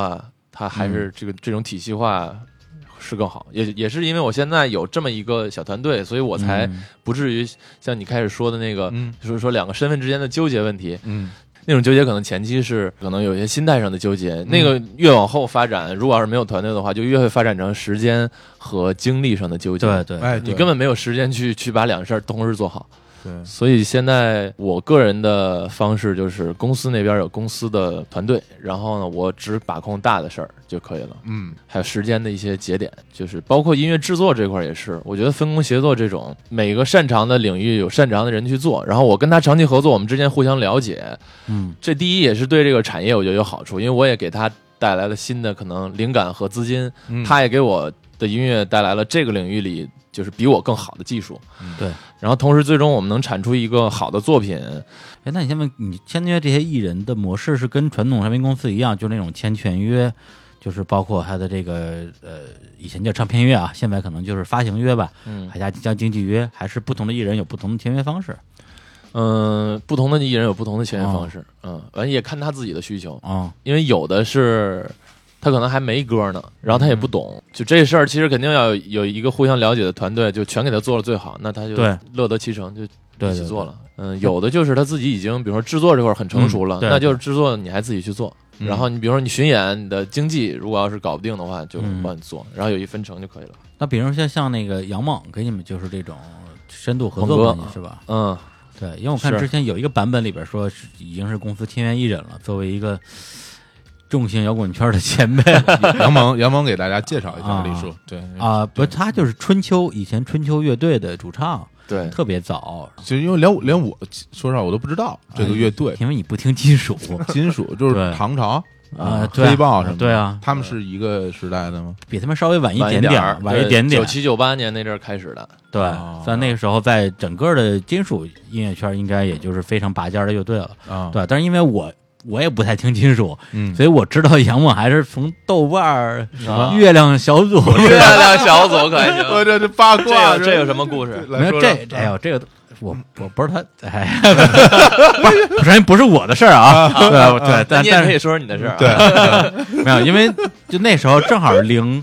它还是这种体系化是更好。也是因为我现在有这么一个小团队，所以我才不至于像你开始说的那个，就是说两个身份之间的纠结问题。那种纠结可能前期是可能有一些心态上的纠结，那个越往后发展，如果要是没有团队的话，就越会发展成时间和精力上的纠结。 对， 你根本没有时间去把两个事儿同时做好。 对， 所以现在我个人的方式就是公司那边有公司的团队，然后呢，我只把控大的事儿就可以了。还有时间的一些节点，就是包括音乐制作这块也是，我觉得分工协作这种，每个擅长的领域有擅长的人去做，然后我跟他长期合作，我们之间互相了解。这第一也是对这个产业我觉得有好处，因为我也给他带来了新的可能灵感和资金，他也给我的音乐带来了这个领域里就是比我更好的技术。 对。 然后同时最终我们能产出一个好的作品。 那你签约这些艺人的模式是跟传统唱片公司一样，就是那种签全约，就是包括他的这个以前叫唱片约啊，现在可能就是发行约吧，还加经纪约，还是不同的艺人有不同的签约方式？ 不同的艺人有不同的签约方式，完也看他自己的需求因为有的是他可能还没歌呢，然后他也不懂，就这事儿其实肯定要有一个互相了解的团队，就全给他做了最好，那他就乐得其成，就一起做了。有的就是他自己已经比如说制作这块很成熟了，那就是制作你还自己去做，然后你比如说你巡演你的经济如果要是搞不定的话就帮你做，然后有一分成就可以了。 那比如说像那个杨猛给你们就是这种深度合作关系是吧？对，因为我看之前有一个版本里边说是已经是公司签约艺人了，作为一个重型摇滚圈的前辈。 杨猛给大家介绍一下李叔。对不是他就是以前春秋乐队的主唱。 对， 特别早， 就因为连我说实话我都不知道这个乐队， 因为你不听金属， 金属就是唐朝对黑豹什么的， 对啊， 他们是一个时代的吗？ 比他们稍微晚一点点 ，97、98年那阵儿开始的。 对，在那个时候，在整个的金属音乐圈，应该也就是非常拔尖的乐队了。对，但是因为我也不太听金属，所以我知道杨猛还是从豆瓣月亮小组， 月亮小组可行。 我这八卦， 这有什么故事？ 没有这个。我不是他，首先不是我的事儿啊，对，但你也可以说说你的事儿， 对，没有，因为就那时候正好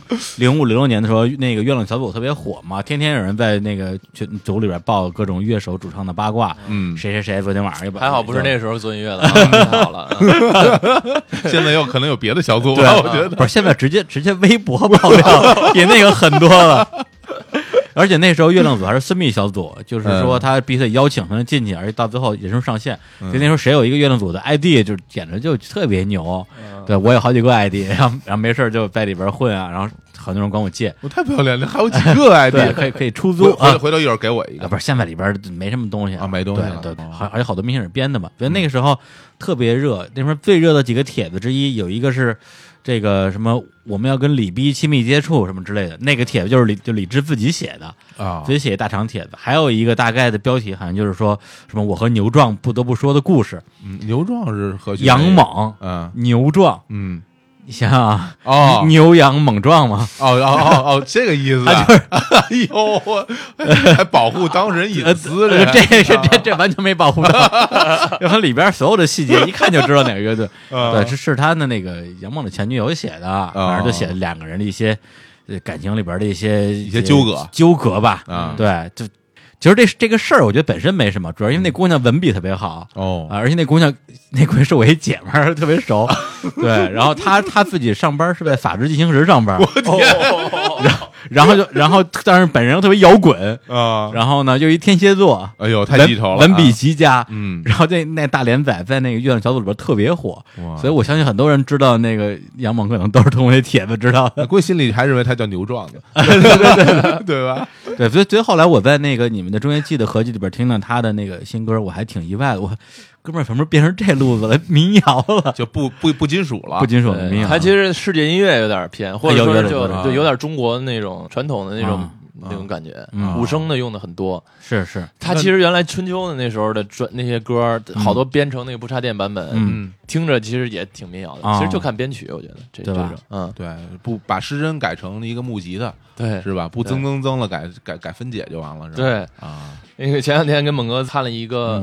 05、06年的时候，那个月亮小组特别火嘛，天天有人在那个群组里边报各种乐手主唱的八卦，谁昨天晚上又还好不是那个时候做音乐了，太好了， 现在可能有别的小组了，我觉得不是，现在直接微博爆料比那个很多了。而且那时候月亮组还是私密小组，就是说他必须得邀请才能进去，而且到最后人数上限。所以那时候谁有一个月亮组的 ID， 就简直就特别牛。对，我有好几个 ID， 然后没事就在里边混啊，然后很多人管我借。 我太不要脸了，还有几个 ID， 对，可以出租。 回头一会儿给我一个。 不是，现在里边没什么东西啊， 没东西。 对，还有好多明显是编的嘛。所以那个时候特别热，那时候最热的几个帖子之一，有一个是。这个什么我们要跟李逼亲密接触什么之类的，那个帖子就是李志自己写的自己写一大长帖子。还有一个大概的标题好像就是说什么我和牛壮不得不说的故事。 牛壮是何许？ 杨猛，牛壮，你想想牛羊猛壮吗？ 这个意思啊！哎呦，还保护当事人隐私这完全没保护到，因为它里边所有的细节一看就知道哪个乐队。对，是他的那个杨猛的前女友写的，反正就写了两个人的一些感情里边的一些纠葛吧。对，就。其实这个事儿，我觉得本身没什么，主要因为那姑娘文笔特别好而且那姑娘是我一姐们儿，特别熟。对，然后她自己上班是在法制进行时上班， 我天， 然后但是本人又特别摇滚然后呢又一天蝎座， 哎呦太记仇了， 文笔极佳，然后那大连载在那个月亮小组里边特别火，所以我相信很多人知道那个杨猛可能都是通过那帖子知道的， 估计心里还认为他叫牛壮的，对吧？ 对，所以后来我在那个你们的中乐季的合集里边听到他的那个新歌，我还挺意外的。我哥们儿什么时候变成这路子了？民谣了， 就不金属了， 不金属的民谣。 他其实世界音乐有点偏，或者说就有点中国的那种传统的那种感觉，五声的用的很多。 是， 他其实原来春秋的那时候的那些歌，好多编成那个不插电版本，听着其实也挺民谣的。其实就看编曲，我觉得这种， 对，不把失真改成一个木吉的， 对， 是吧？不增了，改分解就完了，是吧？ 对那个前两天跟猛哥看了一个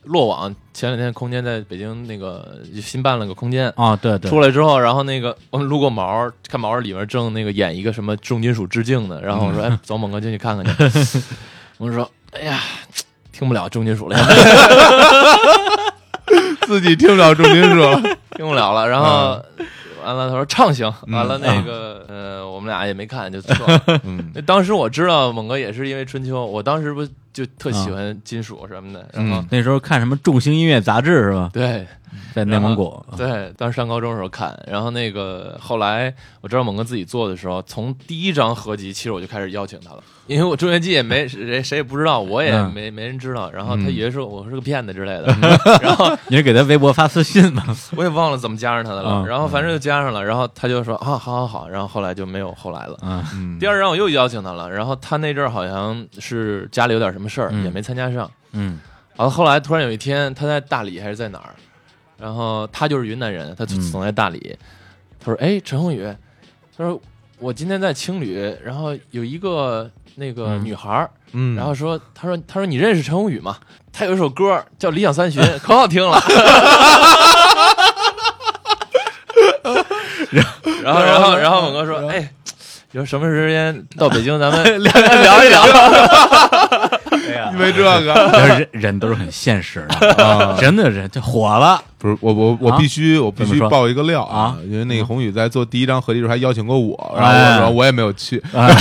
落网前2天空间在北京那个新办了个空间啊，对对， 出来之后，然后那个我们路过毛，看毛里面正那个演一个什么重金属致敬的，然后我说哎，走，猛哥进去看看去。我说哎呀，听不了重金属了， 自己听不了重金属了， 听不了了，然后。完了，他说畅行。完了，那个我们俩也没看就撤了。那当时我知道猛哥也是因为春秋，我当时不就特喜欢金属什么的，然后那时候看什么重型音乐杂志是吧？ 对， 在内蒙古。 对，当时上高中的时候看，然后那个后来我知道猛哥自己做的时候，从第1张合集，其实我就开始邀请他了，因为我中学季也没谁也不知道，我也没人知道，然后他以为我是个骗子之类的，然后你是给他微博发私信吗？ 我也忘了怎么加上他的了，然后反正就加上了，然后他就说啊，好，然后后来就没有后来了。第2张我又邀请他了，然后他那阵儿好像是家里有点什么事儿，也没参加上。然后后来突然有一天，他在大理还是在哪儿，然后他就是云南人，他总在大理。他说：“哎，陈鸿宇，他说我今天在青旅，然后有一个那个女孩，然后说，他说你认识陈鸿宇吗？他有一首歌叫《理想三旬》，可好听了。”然后猛哥说：“哎，有什么时间到北京咱们聊一聊？” 因为这个人都是很现实的，真的人就火了。 不是我必须爆一个料啊！因为那个宏宇在做第1张合集时候还邀请过我，然后我也没有去，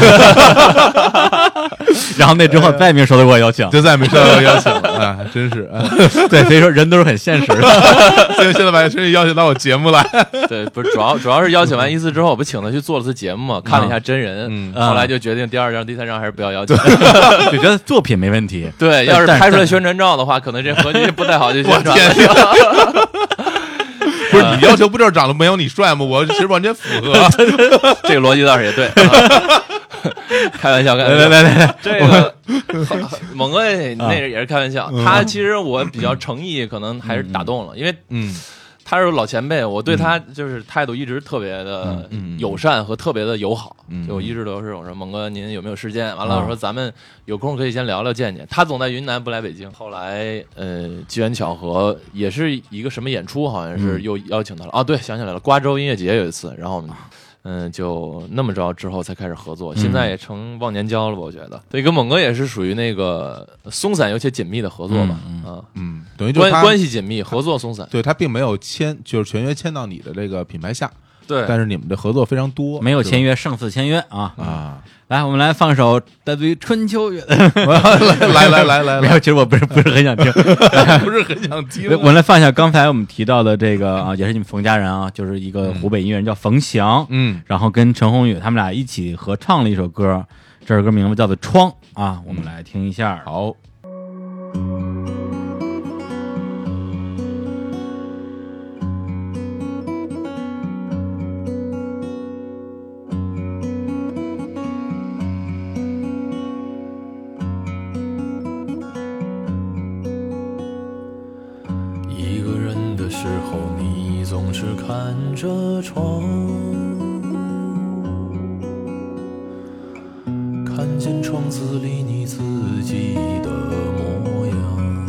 然后那之后再也没收到过邀请， 就再也没收到过邀请了，真是。 对，所以说人都是很现实的。 所以现在把陈宇邀请到我节目来， 对，不是主要是邀请完1次之后，我不请他去做了次节目嘛，看了一下真人，后来就决定第2张、第3张还是不要邀请， 就觉得作品没问题。 对，要是拍出来宣传照的话，可能这合集不太好就宣传了。不是你要求不就是长得没有你帅吗？我其实完全符合， 这个逻辑倒是也对。开玩笑， 来， 这个猛哥那也是开玩笑。他其实我比较诚意，可能还是打动了，因为他是老前辈，我对他就是态度一直特别的友善和特别的友好，就我一直都是我说猛哥您有没有时间？完了我说咱们有空可以先聊聊见见。他总在云南不来北京，后来机缘巧合也是一个什么演出，好像是又邀请他了。对，想起来了，瓜州音乐节有一次，然后我们就那么着之后才开始合作，现在也成忘年交了吧？我觉得，对，跟猛哥也是属于那个松散有且紧密的合作吧， 等于就是关系紧密，合作松散。 对，他并没有就是全约签到你的这个品牌下， 对， 但是你们的合作非常多， 没有签约胜似签约啊。来，我们来放首来自于春秋乐队。 来， 没有，其实我不是很想听， 不是很想听。 我们来放一下刚才我们提到的这个也是你们冯家人啊，就是一个湖北音乐人叫冯翔，然后跟陈鸿宇他们俩一起合唱了一首歌，这首歌名字叫做《窗》啊，我们来听一下。 好。 看着窗，看见窗子里你自己的模样。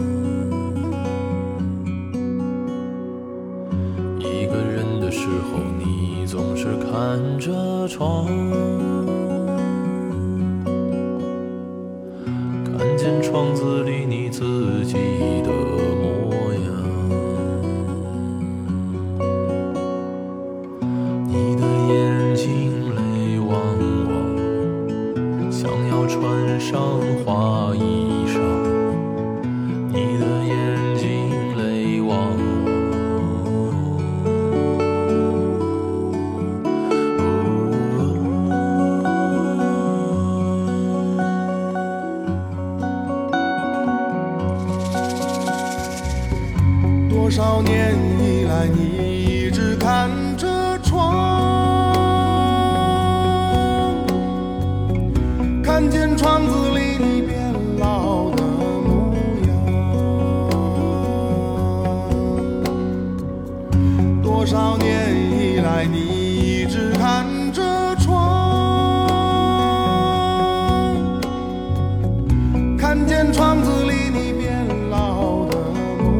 一个人的时候，你总是看着窗，看见窗子里你自己的模样。穿上花衣裳，你的眼睛泪汪汪。多少年以来，你一直看着窗，看见窗子里你变老的模样。多少年以来，你一直看着窗，看见窗子里你变老的模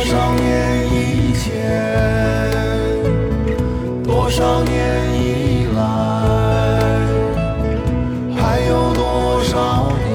少年以前，多少年以来，还有多少年？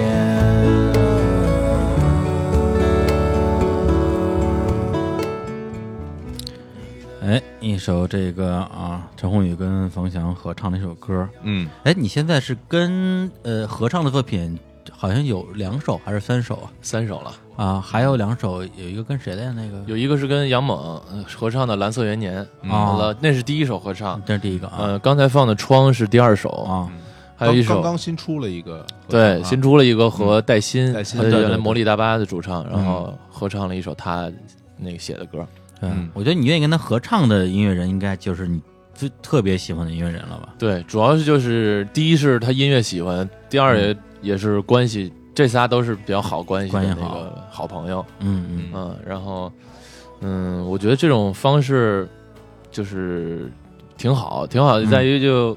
哎，一首这个啊，陈鸿宇跟冯翔合唱的一首歌。哎，你现在是跟合唱的作品好像有2首还是3首啊 ？3首了啊，还有2首，有一个跟谁的呀？那个有一个是跟杨猛合唱的《蓝色元年》了，那是第1首合唱， 这是第一个啊。 刚才放的《窗》是第2首啊， 还有一首刚刚新出了一个， 对，新出了一个和戴鑫， 对原来魔力大巴的主唱，然后合唱了一首他那个写的歌。 我觉得你愿意跟他合唱的音乐人，应该就是你最特别喜欢的音乐人了吧？ 对，主要是就是第一是他音乐喜欢，第二也是关系，这仨都是比较好关系的那个好朋友。然后我觉得这种方式就是挺好的，在于就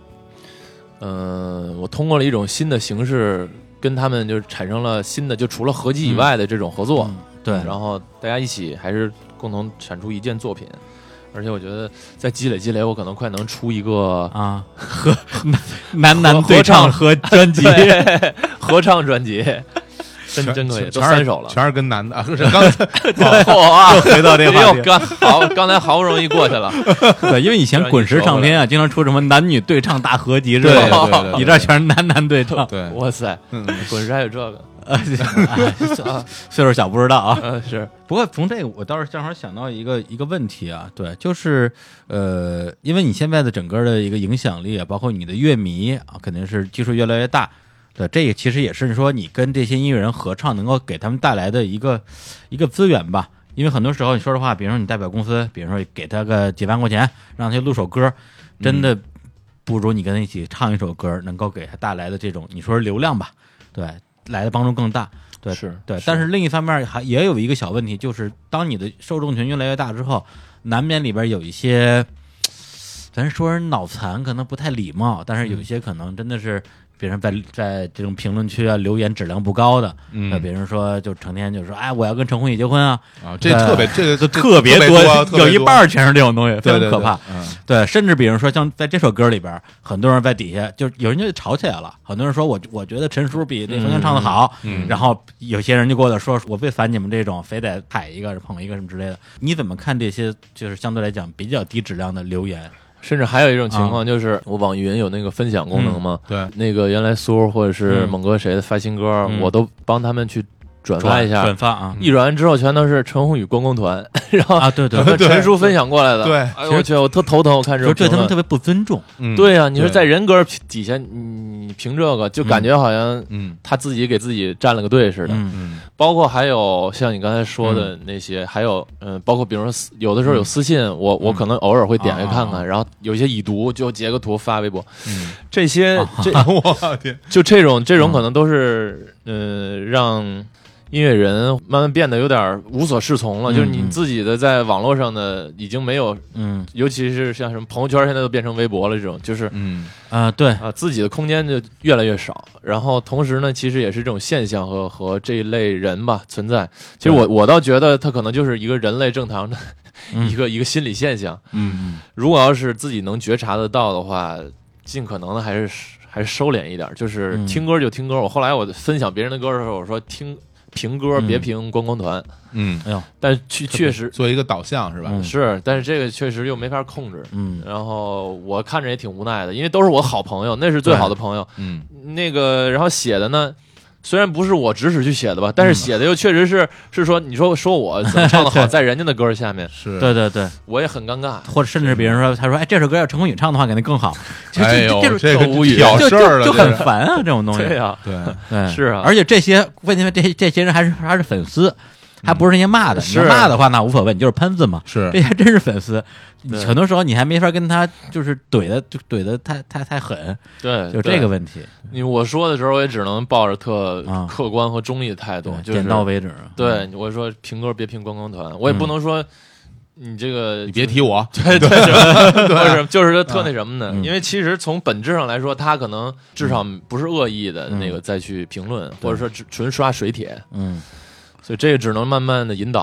我通过了一种新的形式跟他们就产生了新的，就除了合集以外的这种合作。 对， 然后大家一起还是共同产出一件作品，而且我觉得再积累，我可能快能出一个啊男对唱和专辑， 合唱专辑，真可以，都3首了， 全是跟男的，是刚才又回到这个话题， 刚才好不容易过去了， 对，因为以前滚石唱片啊，经常出什么男女对唱大合集，是吧？ 对， 你这全是男对唱， 对， 哇塞，滚石还有这个。 岁数小不知道啊， 是。 不过从这个我倒是正好想到一个问题啊，对，就是因为你现在的整个的一个影响力啊，包括你的乐迷啊，肯定是基数越来越大。对，这个其实也是说你跟这些音乐人合唱能够给他们带来的一个资源吧。因为很多时候你说实话，比如说你代表公司，比如说给他个几万块钱让他去录首歌，真的不如你跟他一起唱一首歌能够给他带来的这种你说流量吧，对，来的帮助更大。对，对，但是另一方面也有一个小问题，就是当你的受众群越来越大之后，难免里边有一些，咱说人脑残可能不太礼貌，但是有一些可能真的是别人在这种评论区啊留言质量不高的，比如说就成天就说，哎，我要跟陈鸿宇结婚啊， 这特别特别多，有一半全是这种东西，非常可怕。 对， 甚至比如说像在这首歌里边，很多人在底下就有人就吵起来了，很多人说我觉得陈叔比那冯翔唱的好，然后有些人就过来说我最烦你们这种非得踩一个捧一个什么之类的。你怎么看这些就是相对来讲比较低质量的留言？ 甚至还有一种情况，就是我网易云有那个分享功能嘛， 对， 那个原来苏或者是猛哥谁的发新歌，我都帮他们去转发一下， 转发啊， 一转完之后全都是陈鸿宇观光团，然后啊，对， 陈叔分享过来的， 对， 哎呦我去，我特头疼，我看这种， 对他们特别不尊重， 对啊，你说在人歌底下，你凭这个就感觉好像，他自己给自己站了个队似的，包括还有像你刚才说的那些，还有包括比如说有的时候有私信，我可能偶尔会点开看看，然后有些已读就截个图发微博，这些我天， 就这种可能都是让音乐人慢慢变得有点无所适从了，就是你自己的在网络上的已经没有，尤其是像什么朋友圈现在都变成微博了，这种就是对自己的空间就越来越少。然后同时呢，其实也是这种现象和这一类人吧存在。其实我倒觉得他可能就是一个人类正常的一个心理现象。如果要是自己能觉察得到的话，尽可能的还是收敛一点，就是听歌就听歌。我后来我分享别人的歌的时候，我说评歌别评观光团， 哎呦， 但确实做一个导向是吧？ 是，但是这个确实又没法控制，然后我看着也挺无奈的，因为都是我好朋友，那是最好的朋友，那个然后写的呢，虽然不是我指使去写的吧，但是写的又确实是说，你说我怎么唱的好，在人家的歌下面， 是对， 我也很尴尬， 或者甚至别人说，他说，哎，这首歌要陈鸿宇唱的话，肯定更好。 哎呦， 这个无语， 挑事儿了， 就很烦啊，这种东西。 对呀， 对， 是啊， 而且这些问题，这些人还是粉丝。还不是那些骂的，你骂的话那无所谓，你就是喷子嘛。 是， 这还真是粉丝，很多时候你还没法跟他就是怼的太狠。 对， 就这个问题。 我说的时候，我也只能抱着特客观和中立的态度，就是点到为止。 对，我说评歌别评观光团，我也不能说你这个你别提我。 对，对，就是特那什么的，因为其实从本质上来说，他可能至少不是恶意的那个再去评论，或者说纯刷水帖。所以这个只能慢慢的引导了。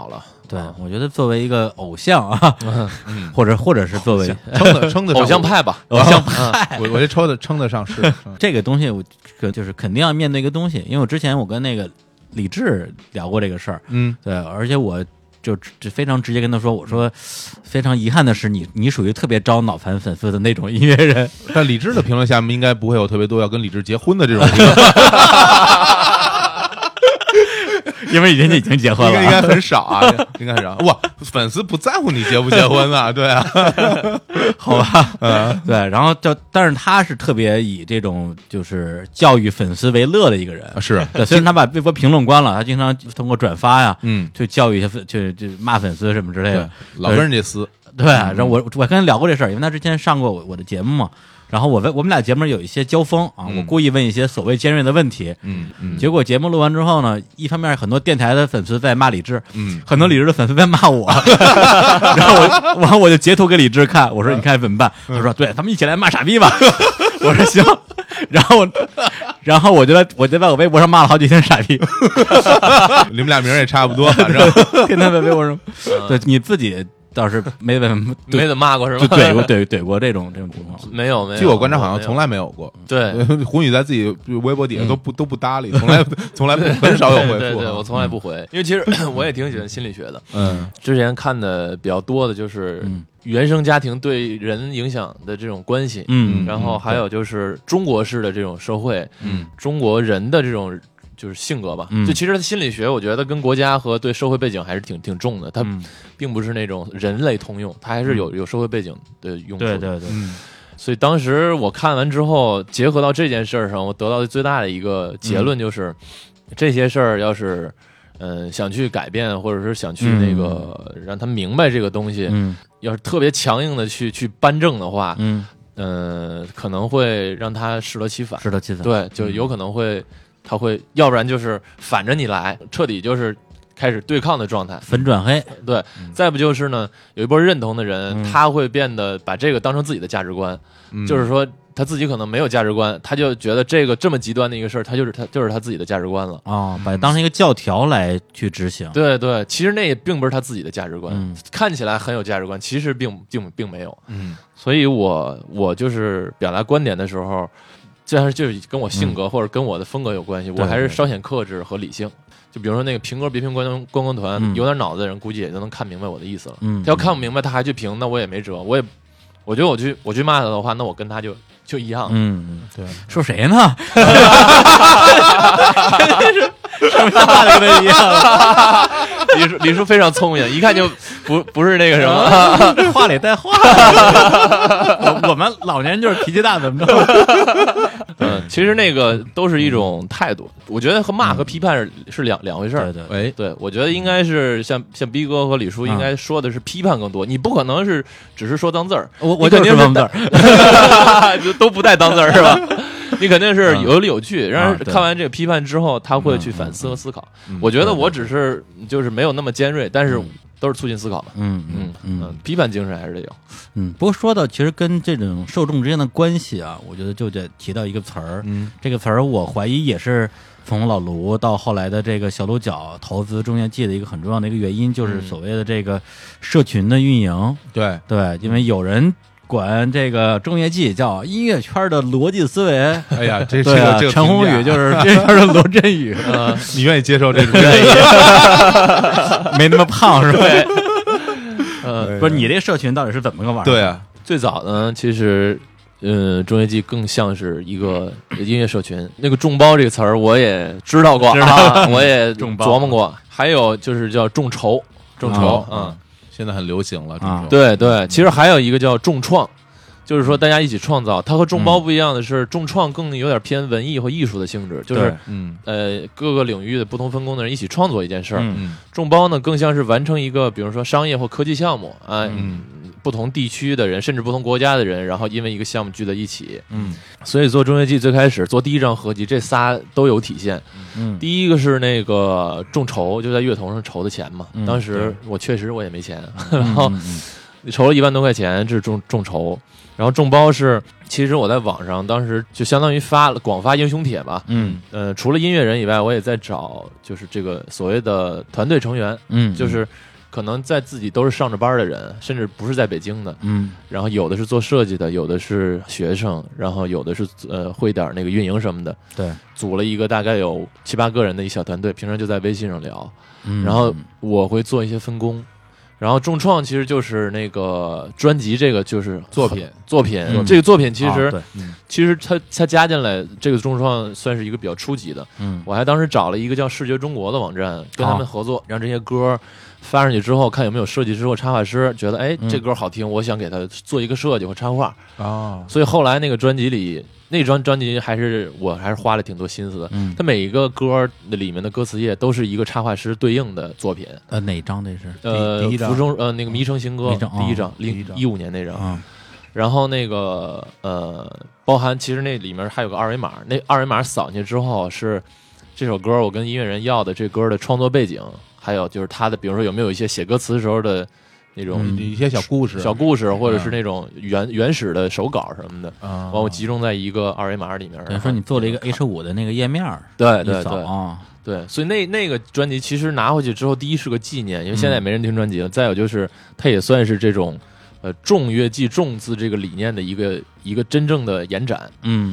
对，我觉得作为一个偶像啊，或者是作为称得上偶像派吧， 偶像派，我这称得上是这个东西，我就是肯定要面对一个东西，因为我之前我跟那个李志聊过这个事儿，对，而且我就非常直接跟他说，我说非常遗憾的是你属于特别招脑残粉丝的那种音乐人。 但李志的评论下面应该不会有特别多要跟李志结婚的这种评论。 因为人家已经结婚了， 应该很少啊，应该很少。哇，粉丝不在乎你结不结婚啊？对啊， 好吧，对，然后但是他是特别以这种就是教育粉丝为乐的一个人， 是对，虽然他把微博评论关了，他经常通过转发呀，去教育一些就骂粉丝什么之类的， 老跟人家撕。 对，然后我跟他聊过这事儿，因为他之前上过我的节目嘛。然后我们俩节目有一些交锋啊，我故意问一些所谓尖锐的问题，结果节目录完之后呢，一方面很多电台的粉丝在骂李志，很多李志的粉丝在骂我，然后我就截图给李志看，我说你看怎么办？他说对，咱们一起来骂傻逼吧。我说行，然后我就在我微博上骂了好几天傻逼， 你们俩名也差不多，反正天天在微博上，对你自己。倒是没怎么骂过是吧？ 怼过这种情况， 没有。 据我观察，好像从来没有过。 对， 胡宇在自己微博底下都不搭理，从来很少有回复。 对，我从来不回，因为其实我也挺喜欢心理学的。之前看的比较多的就是原生家庭对人影响的这种关系，然后还有就是中国式的这种社会，中国人的这种。就是性格吧，就其实心理学，我觉得跟国家和对社会背景还是挺重的。它并不是那种人类通用，它还是有社会背景的用处。 对， 所以当时我看完之后，结合到这件事儿上，我得到的最大的一个结论就是，这些事儿要是想去改变，或者是想去那个让他明白这个东西，要是特别强硬的去扳正的话，可能会让他适得其反。对，就有可能会。他会，要不然就是反着你来，彻底就是开始对抗的状态， 粉转黑。 对，再不就是呢，有一波认同的人，他会变得把这个当成自己的价值观，就是说他自己可能没有价值观，他就觉得这个这么极端的一个事儿，他就是他自己的价值观了啊，把它当成一个教条来去执行。 对，其实那也并不是他自己的价值观，看起来很有价值观，其实并没有。所以我就是表达观点的时候。这样就是跟我性格或者跟我的风格有关系，我还是稍显克制和理性。就比如说那个评歌别评观光团，有点脑子的人估计也就能看明白我的意思了。他要看不明白他还去评，那我也没辙。我觉得我去骂他的话，那我跟他就一样。 对，说谁呢？什么话跟他一样？ 李叔非常聪明，一看就不是那个什么， 话里带话。我们老年人就是脾气大，怎么着？ 其实那个都是一种态度，我觉得和骂和批判是两回事儿。对，我觉得应该是像逼哥和李叔应该说的是批判更多，你不可能是只是说脏字儿， 我肯定是脏字儿，都不带脏字儿是吧？你肯定是有理有据，让人看完这个批判之后，他会去反思和思考。我觉得我只是就是没有那么尖锐，但是都是促进思考的。批判精神还是得有。 不过说到其实跟这种受众之间的关系啊，我觉得就得提到一个词儿。这个词儿我怀疑也是从老卢到后来的这个小鹿角投资中业记的一个很重要的一个原因，就是所谓的这个社群的运营。 对， 因为有人管这个中业记叫音乐圈的逻辑思维。 哎呀，这个陈鸿宇就是这圈的罗振宇。 你愿意接受这种？ 没那么胖是吧？不是，你这个社群到底是怎么个玩意儿？ 对啊， 最早呢，其实中业记更像是一个音乐社群。那个众包这个词儿我也知道过啊，我也琢磨过。还有就是叫众筹， 现在很流行了。 对，其实还有一个叫众创，就是说大家一起创造。它和众包不一样的是，众创更有点偏文艺或艺术的性质，就是各个领域的不同分工的人一起创作一件事儿。众包呢更像是完成一个，比如说商业或科技项目啊，不同地区的人，甚至不同国家的人，然后因为一个项目聚在一起。所以做中业记最开始做第一张合集，这仨都有体现。第一个是那个众筹，就在乐童上筹的钱嘛。当时我确实也没钱，然后筹了1万多块钱，这是众筹。然后众包是，其实我在网上当时就相当于广发英雄帖吧。除了音乐人以外，我也在找就是这个所谓的团队成员。就是可能在自己都是上着班的人，甚至不是在北京的，然后有的是做设计的，有的是学生，然后有的是会点那个运营什么的， 对， 组了一个大概有7、8个人的一小团队，平常就在微信上聊，然后我会做一些分工。然后重创其实就是那个专辑，这个就是作品，这个作品其实它加进来，这个重创算是一个比较初级的。我还当时找了一个叫视觉中国的网站，跟他们合作，让这些歌发上去之后，看有没有设计师或插画师觉得这歌好听，我想给它做一个设计或插画啊。所以后来那个专辑里。那张专辑我还是花了挺多心思的，它每一个歌的里面的歌词页都是一个插画师对应的作品。 哪张那是？ 第一张， 浮中那个《迷城行歌》第一张，2015年那张。然后那个包含其实那里面还有个二维码，那二维码扫进去之后是这首歌我跟音乐人要的这歌的创作背景，还有就是他的比如说有没有一些写歌词时候的。那种一些小故事， 或者是那种原始的手稿什么的，完我集中在一个二维码里面。 等于说你做了一个 H5 的那个页面， 对，所以那个专辑其实拿回去之后，第一是个纪念，因为现在也没人听专辑了；再有就是它也算是这种重乐器重字这个理念的一个真正的延展。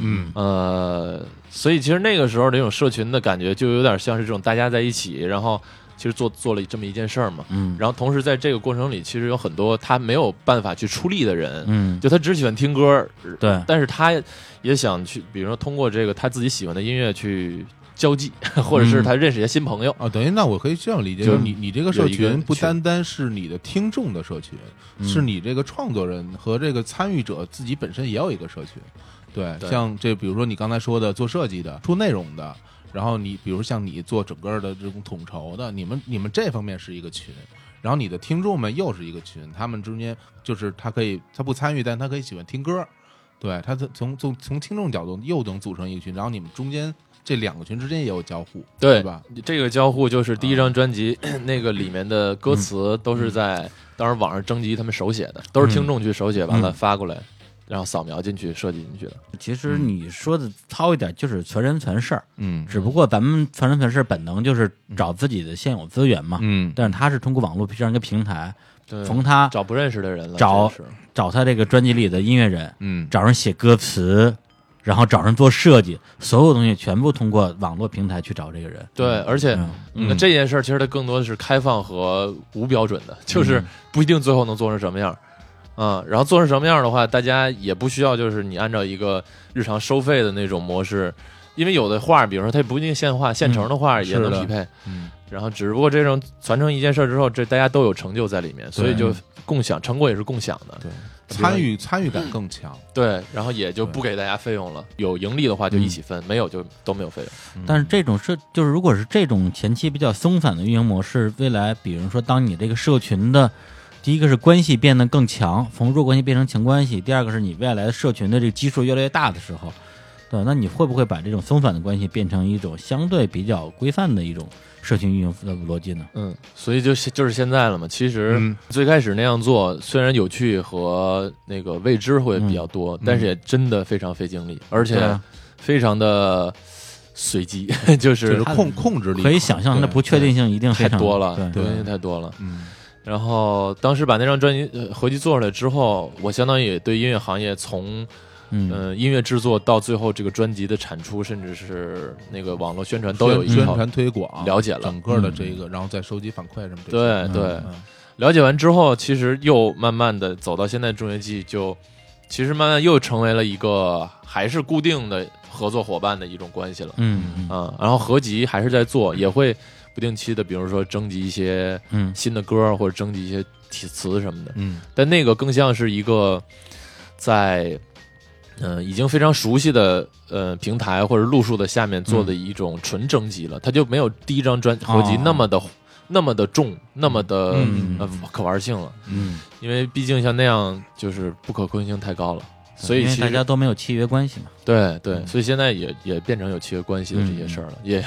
所以其实那个时候这种社群的感觉就有点像是这种大家在一起，然后。其实做了这么一件事儿嘛，然后同时在这个过程里，其实有很多他没有办法去出力的人，就他只喜欢听歌， 对， 但是他也想去，比如说通过这个他自己喜欢的音乐去交际，或者是他认识一些新朋友等于那我可以这样理解，就是你这个社群不单单是你的听众的社群，是你这个创作人和这个参与者自己本身也有一个社群，对，像这比如说你刚才说的做设计的、出内容的。然后你比如像你做整个的这种统筹的，你们这方面是一个群，然后你的听众们又是一个群，他们中间就是他不参与，但他可以喜欢听歌，对，他从听众角度又能组成一个群，然后你们中间这2个群之间也有交互，对吧？ 这个交互就是第一张专辑那个里面的歌词都是在当时网上征集他们手写的，都是听众去手写完了发过来。然后扫描进去设计进去的。 其实你说的糙一点就是全人全事儿，只不过咱们全人全事本能就是找自己的现有资源嘛，但是他是通过网络这样一个平台，从他找不认识的人了， 找他这个专辑里的音乐人，找人写歌词，然后找人做设计，所有东西全部通过网络平台去找这个人。 对，而且这件事其实它更多的是开放和无标准的，就是不一定最后能做成什么样。然后做成什么样的话，大家也不需要就是你按照一个日常收费的那种模式，因为有的画，比如说它不一定现画，现成的画也能匹配。然后只不过这种传承一件事之后，这大家都有成就在里面，所以就共享成果也是共享的。 对，参与感更强。 对，然后也就不给大家费用了，有盈利的话就一起分，没有就都没有费用。 但是这种就是如果是这种前期比较松散的运营模式，未来比如说当你这个社群的。第一个是关系变得更强，从弱关系变成强关系。第二个是你未来的社群的这个基数越来越大的时候，对，那你会不会把这种松散的关系变成一种相对比较规范的一种社群运营的逻辑呢？ 所以就是现在了嘛。其实最开始那样做，虽然有趣和那个未知会比较多，但是也真的非常费精力，而且非常的随机，就是控制力， 可以想象它的不确定性一定非常太多了，对，太多了。然后当时把那张专辑合集做出来之后，我相当于对音乐行业从音乐制作到最后这个专辑的产出，甚至是那个网络宣传都有一套宣传推广了解了整个的这个，然后再收集反馈什么的。 对，了解完之后，其实又慢慢的走到现在中乐季，就其实慢慢又成为了一个还是固定的合作伙伴的一种关系了。然后合集还是在做，也会不定期的，比如说征集一些新的歌，或者征集一些词什么的。但那个更像是一个在已经非常熟悉的平台或者路数的下面做的一种纯征集了，它就没有第一张专合集那么的重，那么的可玩性了。因为毕竟像那样就是不可控性太高了。所以其实大家都没有契约关系嘛。 对，所以现在也变成有契约关系的这些事儿了，也要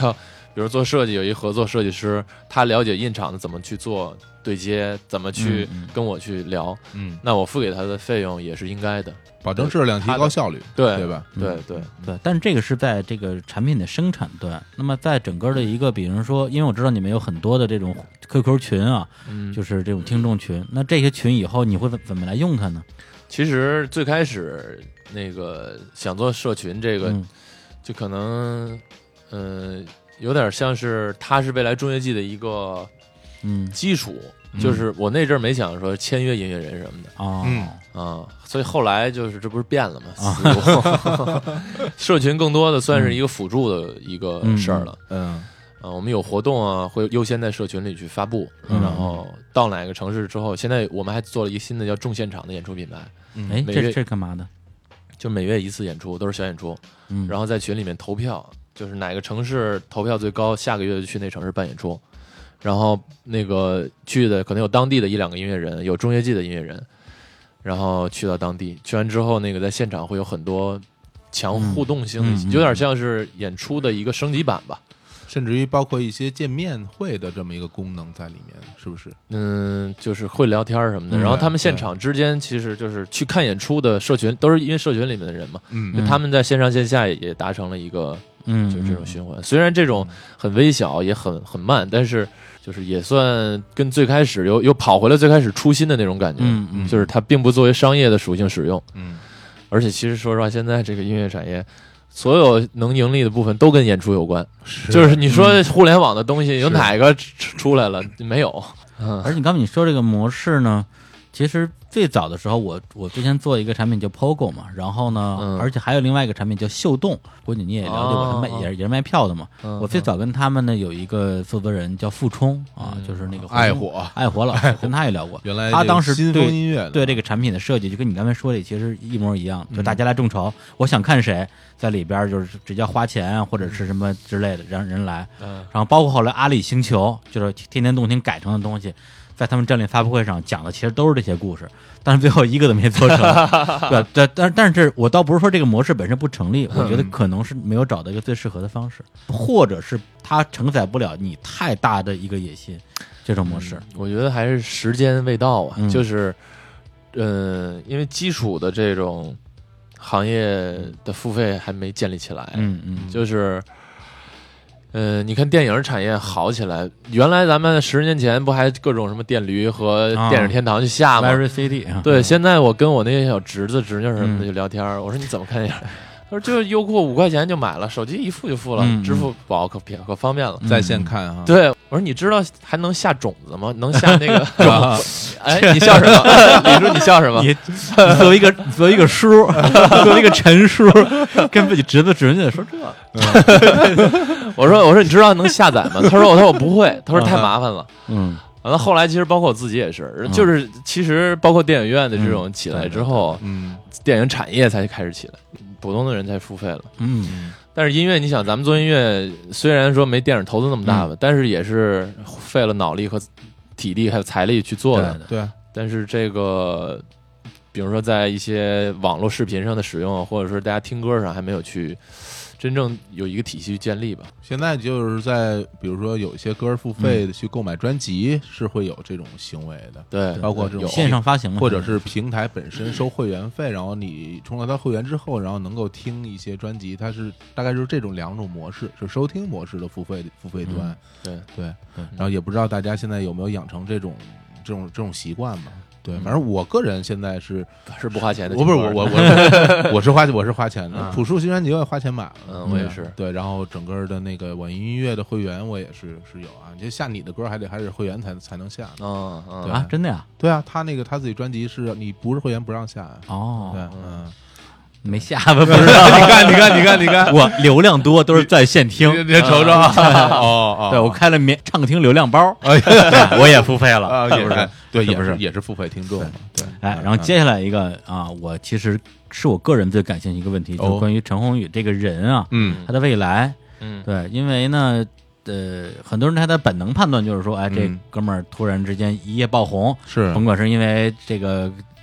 比如做设计有一合作设计师，他了解印厂的怎么去做对接，怎么去跟我去聊，那我付给他的费用也是应该的， 保证质量，提高效率，对吧？ 对。 但是这个是在这个产品的生产端。那么在整个的一个，比如说，因为我知道你们有很多的这种 QQ 群啊，就是这种听众群，那这些群以后你会怎么来用它呢？ 其实最开始那个想做社群这个，就可能有点像是它是未来中乐季的一个基础，就是我那阵儿没想说签约音乐人什么的所以后来就是这不是变了吗？思路社群更多的算是一个辅助的一个事儿了。我们有活动啊，会优先在社群里去发布，然后到哪个城市之后，现在我们还做了一个新的叫重现场的演出品牌。 这是干嘛的？ 就每月一次演出，都是小演出，然后在群里面投票，就是哪个城市投票最高，下个月就去那城市办演出。然后那个去的可能有当地的1-2个音乐人，有中乐季的音乐人，然后去到当地，去完之后，那个在现场会有很多强互动性的，有点像是演出的一个升级版吧。 甚至于包括一些见面会的这么一个功能在里面，是不是？ 就是会聊天什么的。然后他们现场之间其实就是去看演出的社群，都是因为社群里面的人嘛。就他们在线上线下也达成了一个，就是这种循环。虽然这种很微小，也很慢，但是就是也算跟最开始又跑回了最开始初心的那种感觉。就是它并不作为商业的属性使用。而且其实说实话，现在这个音乐产业，所有能盈利的部分都跟演出有关，就是你说互联网的东西有哪个出来了？没有。 而且刚才你说这个模式呢，其实最早的时候我之前做一个产品叫 Pogo 嘛，然后呢，而且还有另外一个产品叫秀动，估计你也了解过，也是卖票的嘛。我最早跟他们呢有一个负责人叫傅冲啊，就是那个爱火老师，跟他也聊过。 原来他当时新风音乐对这个产品的设计就跟你刚才说的其实一模一样，就大家来众筹，我想看谁在里边，就是只要花钱或者是什么之类的让人来。然后包括后来阿里星球，就是天天动听改成的东西，在他们战略发布会上讲的其实都是这些故事，但是最后一个都没做成。对，但是我倒不是说这个模式本身不成立，我觉得可能是没有找到一个最适合的方式，或者是它承载不了你太大的一个野心。这种模式， 我觉得还是时间未到啊，就是因为基础的这种行业的付费还没建立起来。就是你看电影产业好起来，原来咱们10年前不还各种什么电驴和电影天堂去下吗？ CD 对，现在我跟我那些小侄子侄女什么的就聊天，我说你怎么看电影？他说就是优酷5块钱就买了，手机一付就付了，支付宝可方便了， 在线看哈。 对，我说你知道还能下种子吗？能下那个哎，你笑什么？李叔，你笑什么？ 你作为一个叔，作为一个陈叔，跟自己侄子侄女说这。 我说你知道能下载吗？他说我不会，他说太麻烦了。完了，后来其实包括我自己也是，就是其实包括电影院的这种起来之后，电影产业才开始起来，普通的人才付费了。但是音乐，你想咱们做音乐，虽然说没电影投资那么大吧，但是也是费了脑力和体力还有财力去做的。 对。 但是这个，比如说在一些网络视频上的使用，或者说大家听歌上，还没有去真正有一个体系建立吧。 现在就是在比如说有一些歌付费的去购买专辑，是会有这种行为的。 对， 包括这种线上发行， 或者是平台本身收会员费，然后你充了他会员之后，然后能够听一些专辑，它是大概就是这种2种模式，是收听模式的付费端。对，然后也不知道大家现在有没有养成这种习惯吧。对，反正我个人现在是不花钱的。 我不是我是花钱的。朴树新专辑我也花钱买了， 我也是。 对，然后整个的那个网易音乐的会员我也是有啊。你就下你的歌还是会员才能下。 对啊，真的呀？ 对啊，他自己专辑是你不是会员不让下。对， 没下吧？不知道。你看，我流量多，都是在线听。 你瞅瞅。 对，我开了唱听流量包，我也付费了，是不是？ 对，也是付费听众。对， 然后接下来一个我其实是我个人最感兴趣一个问题，就是关于陈鸿宇这个人啊，他的未来。对，因为呢，很多人他的本能判断就是说，哎，这哥们儿突然之间一夜爆红， 是， 甭管是因为这个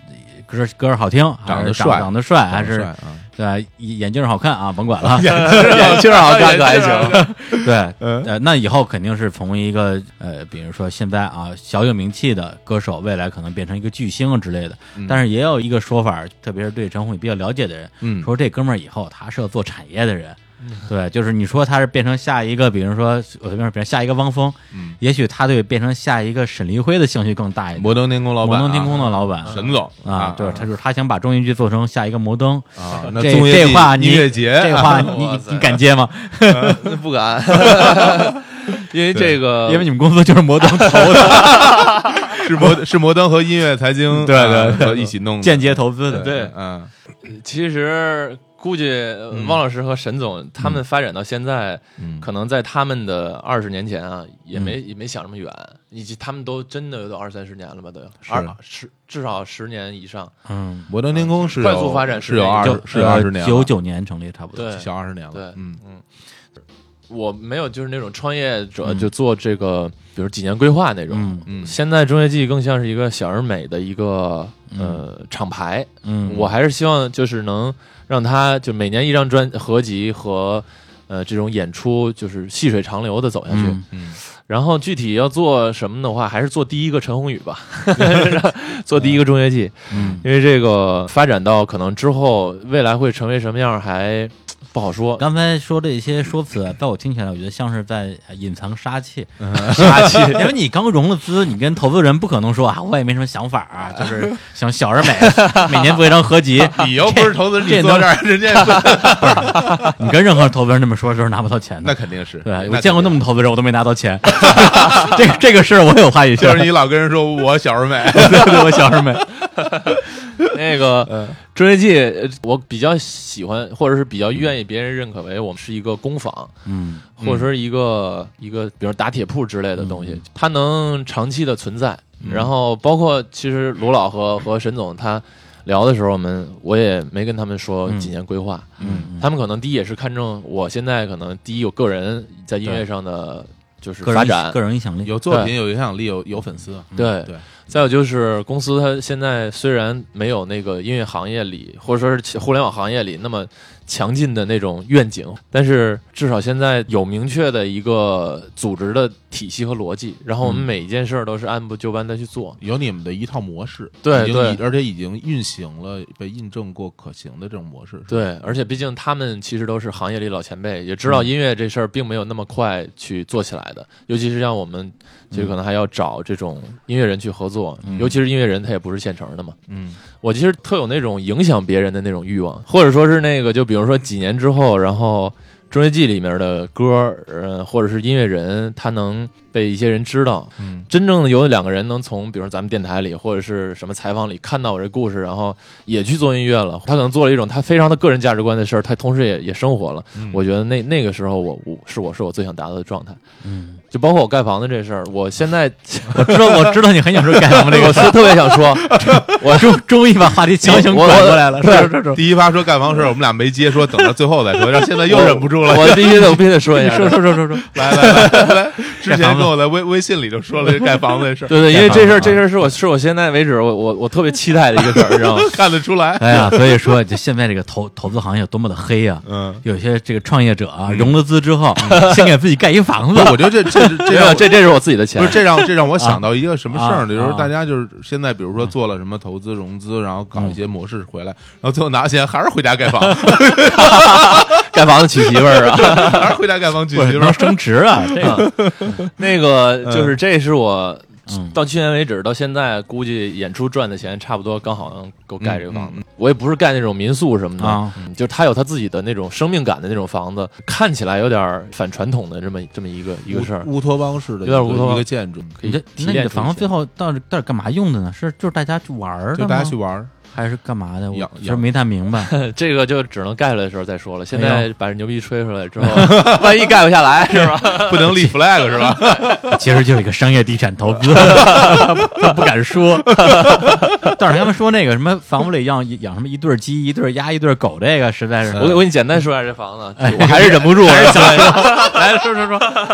歌好听， 长得帅，长得帅，还是对吧？眼镜好看啊，甭管了， 眼镜好看可还行。 对，那以后肯定是从一个比如说现在啊小有名气的歌手，未来可能变成一个巨星之类的。但是也有一个说法，特别是对陈鸿宇比较了解的人，说这哥们儿以后他是要做产业的人。对，就是你说他是变成下一个，比如说变成下一个汪峰，也许他对变成下一个沈黎辉的兴趣更大一点。 摩登天空老板， 摩登天空的老板沈总啊，对，他想把综艺剧做成下一个摩登啊。 那这话你这话你敢接吗？ 不敢，因为这个， 因为你们公司就是摩登投的， 是摩登和音乐财经对一起弄的， 间接投资的。 对，其实。估计汪老师和沈总他们发展到现在，可能在他们的20年前啊，也没想这么远，以及他们都真的有20-30年了吧，都有至少10年以上。 摩登天空是快速发展是有20年 ，99年成立差不多， 对， 小20年了。 对，我没有就是那种创业者就做这个，比如几年规划那种。现在中业记更像是一个小而美的一个厂牌。我还是希望就是能让他就每年一张合集和这种演出就是细水长流的走下去。然后具体要做什么的话，还是做第一个陈鸿宇吧，做第一个中业记。因为这个发展到可能之后未来会成为什么样还不好说。 刚才说这些说辞，在我听起来，我觉得像是在隐藏杀气。 杀气， 因为你刚融了资，你跟投资人不可能说啊，我也没什么想法啊，就是想小而美，每年做一张合集。 你又不是投资人，你坐这儿，人家不是你跟任何投资人这么说，就是拿不到钱的。 那肯定是。 对，我见过那么多投资人，我都没拿到钱。这个事儿我有话语权。 就是你老跟人说我小而美， 对，我小而美。 那个中业记，我比较喜欢，或者是比较愿意别人认可为我们是一个工坊，或者说一个比如打铁铺之类的东西，它能长期的存在。然后包括其实卢老和沈总他聊的时候，我也没跟他们说几年规划，他们可能第一也是看中我现在可能第一有个人在音乐上的就是发展， 个人影响力， 有作品，有影响力，有粉丝， 对。再有就是公司它现在虽然没有那个音乐行业里或者说是互联网行业里那么强劲的那种愿景，但是至少现在有明确的一个组织的体系和逻辑，然后我们每一件事都是按部就班的去做， 有你们的一套模式， 对， 而且已经运行了，被印证过可行的这种模式。 对，而且毕竟他们其实都是行业里老前辈，也知道音乐这事儿并没有那么快去做起来的，尤其是像我们其实可能还要找这种音乐人去合作，尤其是音乐人他也不是现成的嘛。我其实特有那种影响别人的那种欲望，或者说是那个就比如说几年之后，然后中业记里面的歌或者是音乐人他能被一些人知道，真正的有2个人能从比如说咱们电台里或者是什么采访里看到我这故事，然后也去做音乐了，他可能做了一种他非常的个人价值观的事儿，他同时也生活了。我觉得那个时候我是我最想达到的状态。就包括我盖房子这事儿，我现在我知道你很想说盖房子这个， 我是特别想说，我终于把话题强行拐过来了。是第一发说盖房事，我们俩没接，说等到最后再说，然后现在又忍不住了， 我必须得说一下， 说， 来，之前跟我在微信里就说了盖房子的事， 对，因为这事儿是我现在为止我特别期待的一个事儿，你知道吗？ 看得出来。 哎呀，所以说就现在这个投资行业有多么的黑啊！有些这个创业者啊，融了资之后，先给自己盖一房子。 我觉得这是我自己的钱。 不是，这让我想到一个什么事儿呢？就是大家就是现在，比如说做了什么投资融资，然后搞一些模式回来，然后最后拿钱还是回家盖房， 盖房子娶媳妇儿啊， 还是回家盖房娶媳妇儿， 升值啊！ 那个就是这是我。到去年为止，到现在估计演出赚的钱差不多刚好能够盖这个房子。我也不是盖那种民宿什么的，就是他有他自己的那种生命感的那种房子，看起来有点反传统的这么一个事儿， 乌托邦式的有点乌托邦一个建筑。 那你的房子最后到底干嘛用的呢？就是大家去玩的吗？ 就大家去玩。 还是干嘛的？我其实没太明白。 这个就只能盖出来的时候再说了。现在把这牛逼吹出来之后，万一盖不下来是吧？ 不能立 flag 是吧？ 其实就是一个商业地产投资，不敢说。但是他们说那个什么房屋里养什么一对鸡、一对鸭、一对狗，这个实在是…… 我给你简单说一下这房子，我还是忍不住， 还是想说，来说。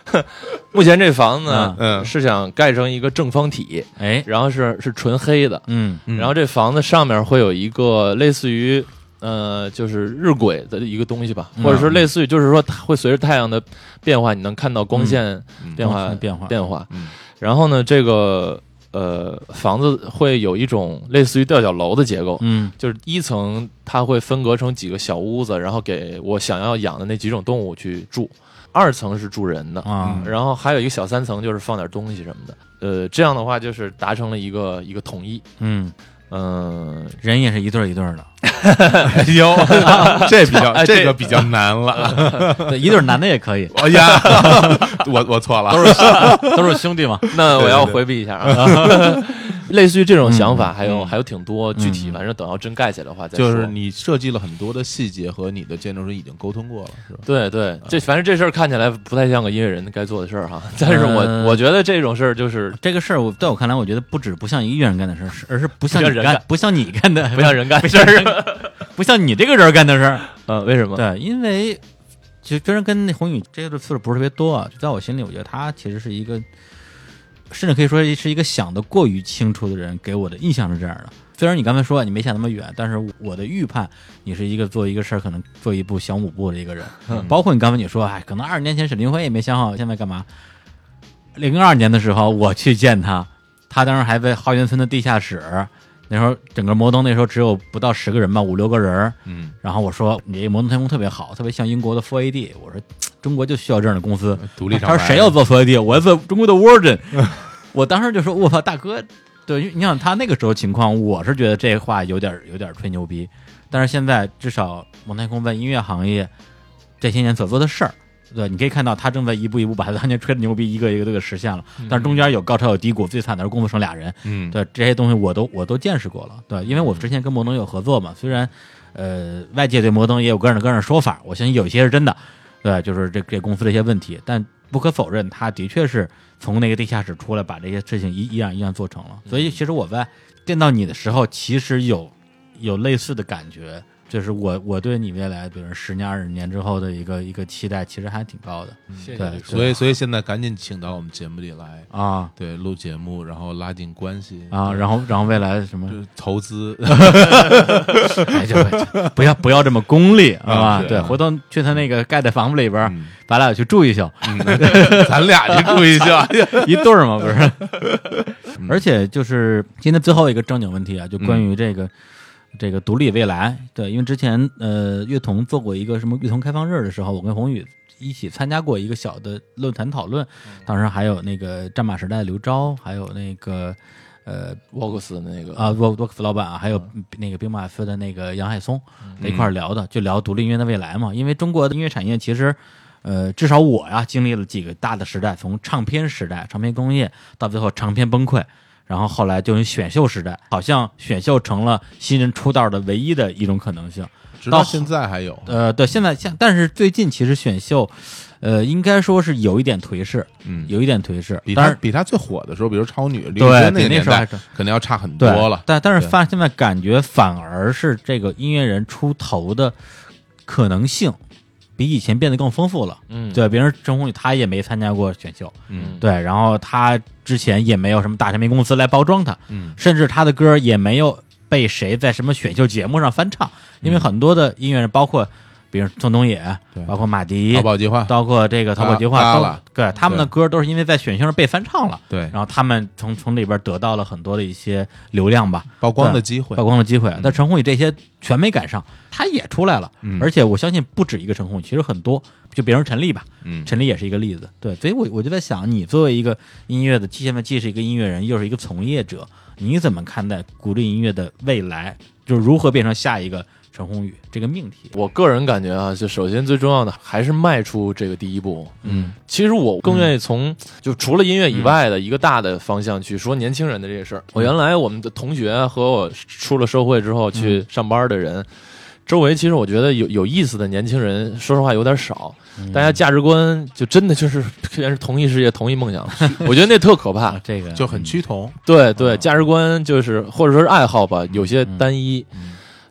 目前这房子呢，是想盖成一个正方体，然后是纯黑的，然后这房子上面会有一个类似于就是日晷的一个东西吧，或者是类似于就是说它会随着太阳的变化，你能看到光线变化。然后呢，这个房子会有一种类似于吊脚楼的结构，就是一层它会分隔成几个小屋子，然后给我想要养的那几种动物去住。2层是住人的然后还有一个小3层就是放点东西什么的。这样的话就是达成了一个统一。 人也是一对一对的。 哟，这个比较难了。 对，一对男的也可以。 哎呀，我错了， 都是兄弟嘛。 那我要回避一下啊。类似于这种想法还有挺多，具体反正等到真盖起来的话再说。 就是你设计了很多的细节和你的建筑师已经沟通过了，是吧？ 对，反正这事儿看起来不太像个音乐人该做的事儿哈。但是我觉得这种事儿就是这个事儿，在我看来，我觉得不像音乐人干的事儿，而是不像你干，不像你干的， 不像人干的事儿， 不像你这个人干的事儿。 为什么？ 对，因为其实真人跟那宏宇这个次数不是特别多啊。就在我心里，我觉得他其实是一个。甚至可以说是一个想得过于清楚的人，给我的印象是这样的。虽然你刚才说你没想那么远，但是我的预判你是一个做一个事儿可能做一步小5步的一个人。包括你刚才你说，可能20年前沈凌辉也没想好现在干嘛。02年的时候我去见他当时还在花园村的地下室，那时候整个摩登那时候只有不到10个人吧，5、6个人。然后我说你这摩登天空特别好，特别像英国的 4AD。我说中国就需要这样的公司， 独立厂牌。 他说谁要做 4AD？ 我要做中国的 Virgin。我当时就说我操大哥，对，你想他那个时候情况，我是觉得这话有点吹牛逼。但是现在至少摩登天空在音乐行业这些年所做的事儿，对，你可以看到他正在一步一步把他当年吹的牛逼一个一个都给实现了。但是中间有高潮有低谷，最惨的是公司剩俩人。对，这些东西我都见识过了。对，因为我之前跟摩登有合作嘛，虽然外界对摩登也有各样的说法，我相信有一些是真的。对，就是这公司这些问题，但不可否认，他的确是从那个地下室出来，把这些事情一样做成了。所以其实我在见到你的时候，其实有类似的感觉，就是我对你未来，比如10年、20年之后的一个期待，其实还挺高的。 谢谢。 对，所以现在赶紧请到我们节目里来啊， 对，录节目，然后拉近关系啊，然后未来什么投资， 哎，就不要这么功利，是吧？对，回头去他那个盖的房子里边，咱俩去住一宿， 咱俩去住一宿， 一对儿嘛，不是？而且就是今天最后一个正经问题啊，就关于这个独立未来。对，因为之前乐童做过一个什么乐童开放日的时候，我跟宏宇一起参加过一个小的论坛讨论，当时还有那个战马时代的刘钊，还有那个沃克斯的那个沃克斯老板啊，还有那个兵马司的那个杨海松在一块聊的，就聊独立音乐的未来嘛。因为中国的音乐产业其实至少我呀经历了几个大的时代，从唱片时代、唱片工业到最后唱片崩溃，然后后来就用选秀时代，好像选秀成了新人出道的唯一的一种可能性， 直到现在还有。 对，现在但是最近其实选秀，应该说是有一点颓势，有一点颓势。 比他最火的时候，比如超女、李对那个年代，可能要差很多了。 但是现在感觉反而是这个音乐人出头的可能性比以前变得更丰富了。对，别人陈鸿宇他也没参加过选秀，对，然后他之前也没有什么大唱片公司来包装他，甚至他的歌也没有被谁在什么选秀节目上翻唱，因为很多的音乐人，包括比如宋冬野，包括马迪、 淘宝计划， 包括这个淘宝计划，对，他们的歌都是因为在选秀上被翻唱了， 对， 然后他们从里边得到了很多的一些流量吧， 曝光的机会。 但陈鸿宇这些全没赶上，他也出来了，而且我相信不止一个陈鸿宇，其实很多，就比如陈粒吧，陈粒也是一个例子，对，所以我就在想，你作为一个音乐的，现在既是一个音乐人，又是一个从业者，你怎么看待古典音乐的未来？就是如何变成下一个陈鸿宇这个命题？ 我个人感觉啊，就首先最重要的还是迈出这个第一步。其实我更愿意从就除了音乐以外的一个大的方向去说年轻人的这些事儿。我原来我们的同学和我出了社会之后去上班的人，周围其实我觉得有意思的年轻人，说实话有点少。大家价值观就真的就是全是同一事业、同一梦想，我觉得那特可怕。 这个就很趋同。 对，价值观就是或者说是爱好吧，有些单一。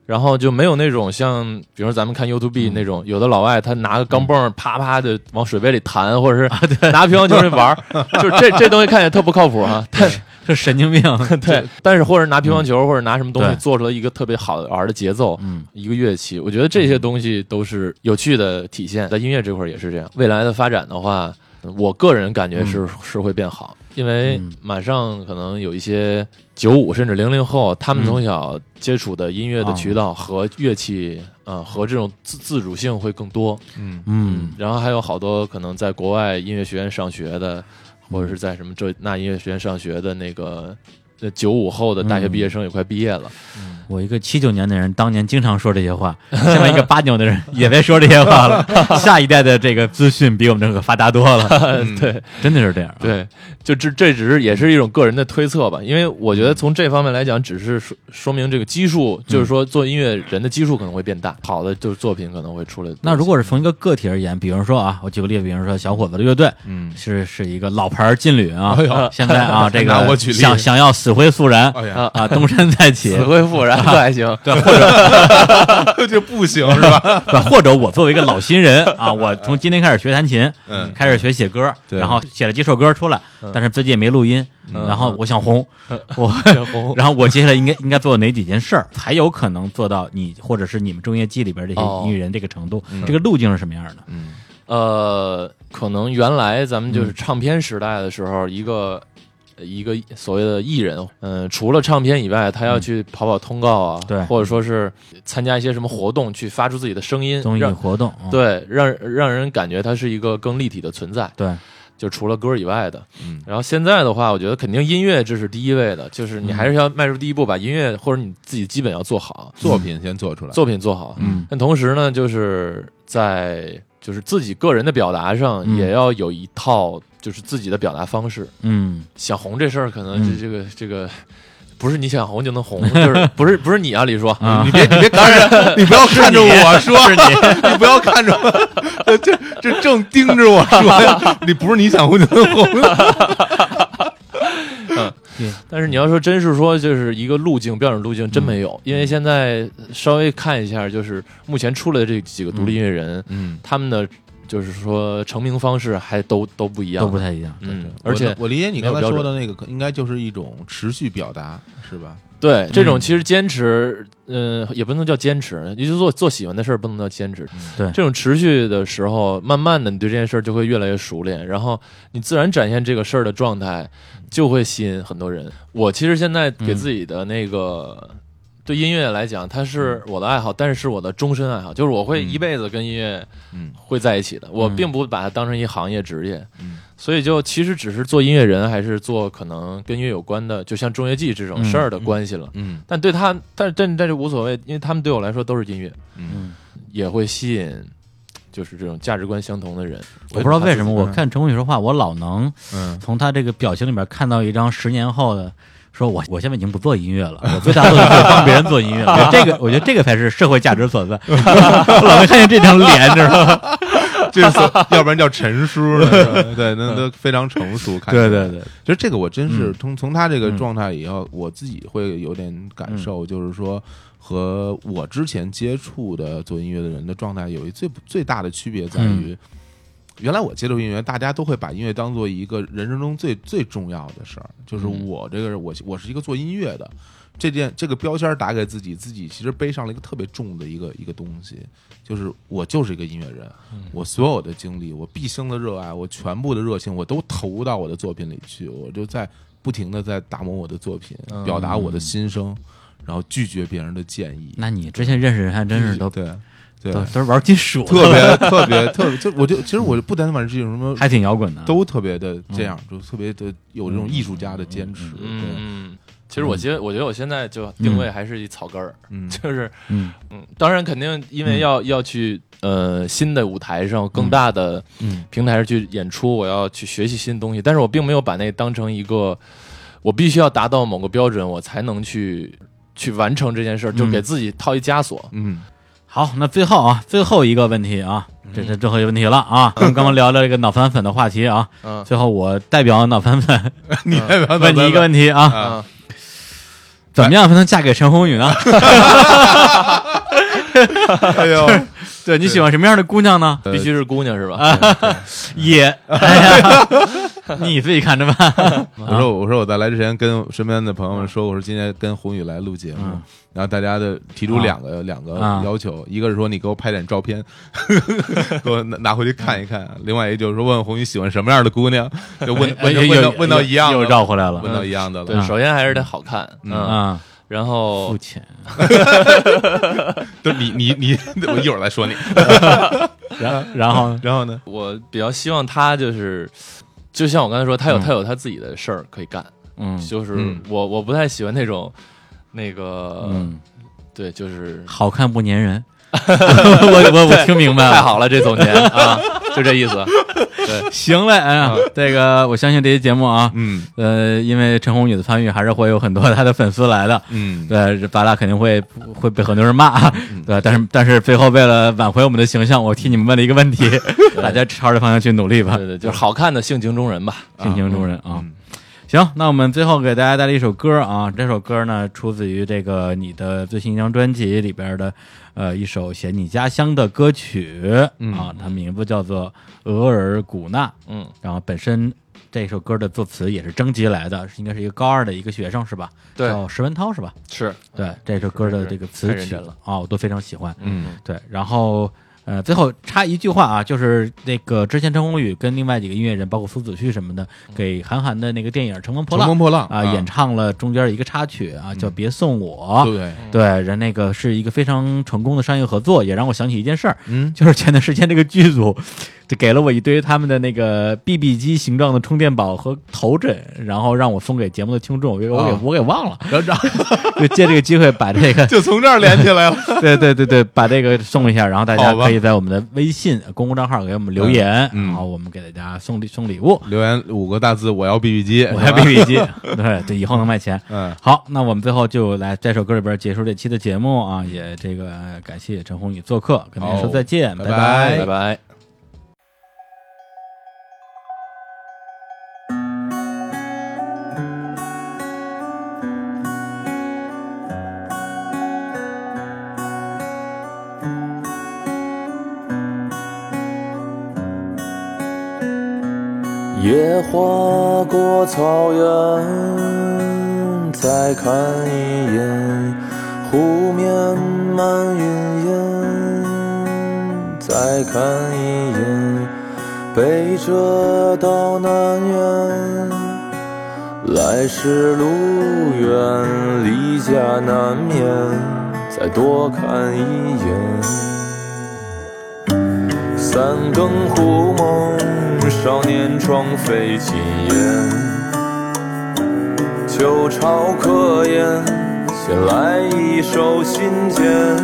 然后就没有那种像，比如说咱们看 YouTube 那种，有的老外他拿个钢镚啪啪的往水杯里弹，或者是拿乒乓球去玩，就是这东西看起来特不靠谱啊，但是是神经病。 对，但是或者拿乒乓球或者拿什么东西做出了一个特别好玩的节奏，一个乐器，我觉得这些东西都是有趣的体现，在音乐这块也是这样。未来的发展的话，我个人感觉是会变好，因为马上可能有一些95甚至00后，他们从小接触的音乐的渠道和乐器和这种自主性会更多，然后还有好多可能在国外音乐学院上学的，或者是在什么这那音乐学院上学的那个95后的大学毕业生也快毕业了。 我一个79年的人，当年经常说这些话，现在一个89的人也别说这些话了。下一代的这个资讯比我们这个发达多了， 对， 真的是这样。 对，就这只是也是一种个人的推测吧，因为我觉得从这方面来讲，只是说明这个基数，就是说做音乐人的基数可能会变大，好的就是作品可能会出来。 那如果是从一个个体而言，比如说啊，我举个例子，比如说小伙子的乐队，是一个老牌劲旅啊，现在啊这个想要死灰复燃，东山再起， 死灰复燃。这还行， 对，或者这不行是吧？ 或者我作为一个老新人啊，我从今天开始学弹琴，开始学写歌，然后写了几首歌出来，但是最近也没录音，然后我想红，然后我接下来应该做哪几件事儿，才有可能做到你或者是你们中乐季里边这些音乐人这个程度？这个路径是什么样的？可能原来咱们就是唱片时代的时候，一个所谓的艺人，除了唱片以外，他要去跑通告啊， 对， 或者说是参加一些什么活动，去发出自己的声音， 综艺活动， 对，让人感觉他是一个更立体的存在， 对， 就除了歌以外的。然后现在的话，我觉得肯定音乐这是第一位的，就是你还是要迈出第一步，把音乐或者你自己基本要做好， 作品先做出来， 作品做好。但同时呢，就是在自己个人的表达上，也要有一套就是自己的表达方式。想红这事儿，可能这个不是你想红就能红，就是不是你啊，李叔， 你别看着，你不要看着我说，是你不要看着我，这正盯着我说呀，你不是你想红就能红。 但是你要说真是说就是一个路径标准路径真没有，因为现在稍微看一下，就是目前出来的这几个独立音乐人，他们的就是说成名方式还都不一样， 都不太一样。 而且我理解你刚才说的那个，应该就是一种持续表达，是吧？ 对，这种其实坚持，也不能叫坚持，也就是做喜欢的事儿，不能叫坚持。 对， 这种持续的时候，慢慢的你对这件事儿就会越来越熟练，然后你自然展现这个事儿的状态，就会吸引很多人。我其实现在给自己的那个对音乐来讲，它是我的爱好，但是是我的终身爱好，就是我会一辈子跟音乐会在一起的，我并不把它当成一行业职业。所以就其实只是做音乐人，还是做可能跟音乐有关的，就像中乐季这种事儿的关系了。但对他，但这无所谓，因为他们对我来说都是音乐。也会吸引就是这种价值观相同的人。 我不知道为什么，我看陈宏宇说话，我老能从他这个表情里面看到一张10年后的。说我现在已经不做音乐了，我最大的作用就是帮别人做音乐。我觉得这个才是社会价值所在。我老没看见这张脸，知道吗？ 这是要不然叫陈叔呢，对，那都非常成熟。看对对对， 其实这个我真是从他这个状态以后，我自己会有点感受，就是说和我之前接触的做音乐的人的状态有一最大的区别在于。原来我接触音乐，大家都会把音乐当做一个人生中最重要的事儿，就是我这个人，我是一个做音乐的，这个标签打给自己其实背上了一个特别重的一个东西，就是我就是一个音乐人，我所有的精力，我毕生的热爱，我全部的热情，我都投到我的作品里去，我就在不停的在打磨我的作品，表达我的心声，然后拒绝别人的建议。 那你之前认识人还真是都对。 都是玩金属的， 特别，其实我不单玩这种什么， 还挺摇滚的， 都特别的这样，就特别的有这种艺术家的坚持。 其实我觉得我现在就定位还是一草根儿，就是当然肯定因为要去新的舞台上更大的平台上去演出，我要去学习新的东西，但是我并没有把那当成一个我必须要达到某个标准我才能去完成这件事，就给自己套一枷锁。 好，那最后一个问题啊，这是最后一个问题了啊。我们刚刚聊了这个脑残粉的话题啊，最后我代表脑残粉， 你代表问你一个问题啊。 怎么样才能嫁给陈鸿宇呢？ 哎呦， 对，你喜欢什么样的姑娘呢？ 必须是姑娘是吧？ 也，哎呀，你自己看着办。 我说我在来之前跟身边的朋友们说，我说今天跟宏宇来录节目，然后大家的提出两个要求，一个是说你给我拍点照片，给我拿回去看一看，另外一个就是说问宏宇喜欢什么样的姑娘，就问到一样的， 又绕回来了， 问到一样的了。 对，首先还是得好看，然后肤浅， 就你，我一会儿再说你。 然后呢？ 我比较希望他就像我刚才说，他有他自己的事儿可以干。就是我不太喜欢那种那个，对，就是好看不粘人。我听明白了， 太好了，这总结啊，就这意思。对， 行嘞，哎呀，这个我相信这期节目啊，因为陈鸿宇的参与，还是会有很多他的粉丝来的，对，咱俩肯定会被很多人骂，对，但是最后为了挽回我们的形象，我替你们问了一个问题，大家朝着方向去努力吧， 对，就是好看的性情中人吧， 性情中人啊。行，那我们最后给大家带来一首歌啊，这首歌呢出自于这个你的最新一张专辑里边的一首写你家乡的歌曲啊，它名字叫做《额尔古纳》，然后本身这首歌的作词也是征集来的，应该是一个高2的一个学生是吧？ 对， 叫石文涛是吧？ 是对这首歌的这个词曲啊，我都非常喜欢，对，然后。最后插一句话啊，就是那个之前陈鸿宇跟另外几个音乐人，包括苏子旭什么的，给韩寒的那个电影《乘风破浪》啊演唱了中间一个插曲啊，叫《别送我》。对，人那个是一个非常成功的商业合作，也让我想起一件事儿，就是前段时间这个剧组就给了我一堆他们的那个 BB 机形状的充电宝和头枕，然后让我送给节目的听众，我给忘了，然后就借这个机会把这个就从这儿连起来了。 对，把这个送一下，然后大家可以在我们的微信公共账号给我们留言，然后我们给大家送礼物， 留言5个大字：我要 BB 机， 我要 BB 机。对，以后能卖钱。好，那我们最后就来这首歌里边结束这期的节目啊，也这个感谢陈鸿宇做客，跟大家说再见，拜拜拜。 夜划过草原，再看一眼湖面漫云烟，再看一眼北辙到南辕，来时路远，离家难免，再多看一眼。三更忽梦，少年窗飞尽烟，旧巢客宴，衔来一首信笺。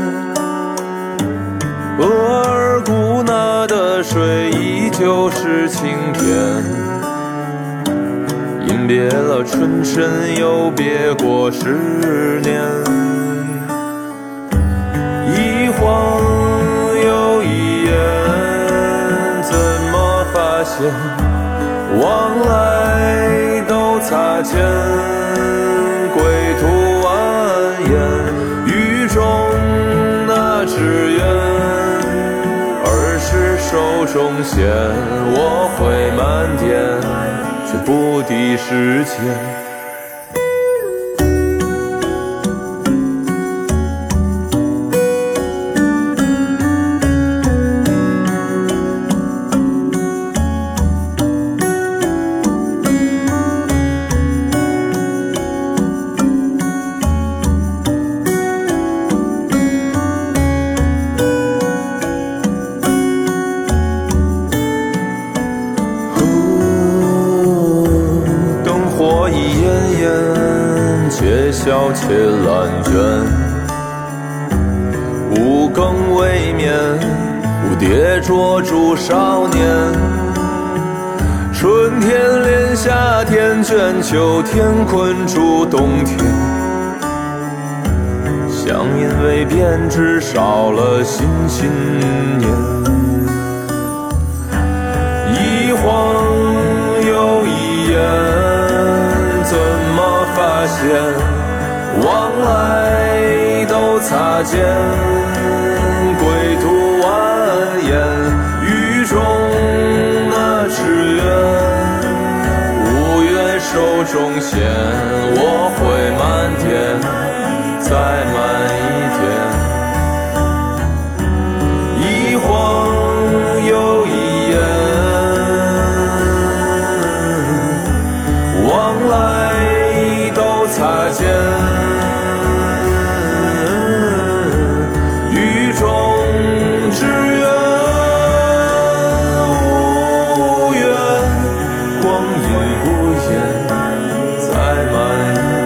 额尔古纳的水依旧是清甜，饮别了春深，又别过10年。一晃又一眼，怎么发现往来都擦肩，归途蜿蜒，雨中那只愿儿时手中线，我会漫天，却不敌时间。小且懒倦，五更未眠，蝴蝶捉住少年。春天恋夏天，倦秋天困住冬天。乡音未变，只少了新年。一晃又一眼，怎么发现往来都擦肩，归途蜿蜒，雨中的只愿无缘手中线，我会漫天再漫一天，一晃又一眼，往来都擦肩，雨中只愿无缘，光阴不言，再漫一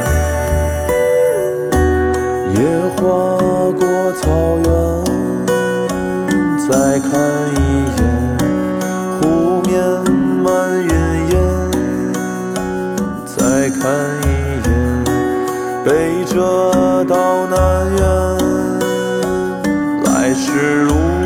天，野花过草原，再看一眼，湖面满云烟，再看一眼，北辙到南辕，来时路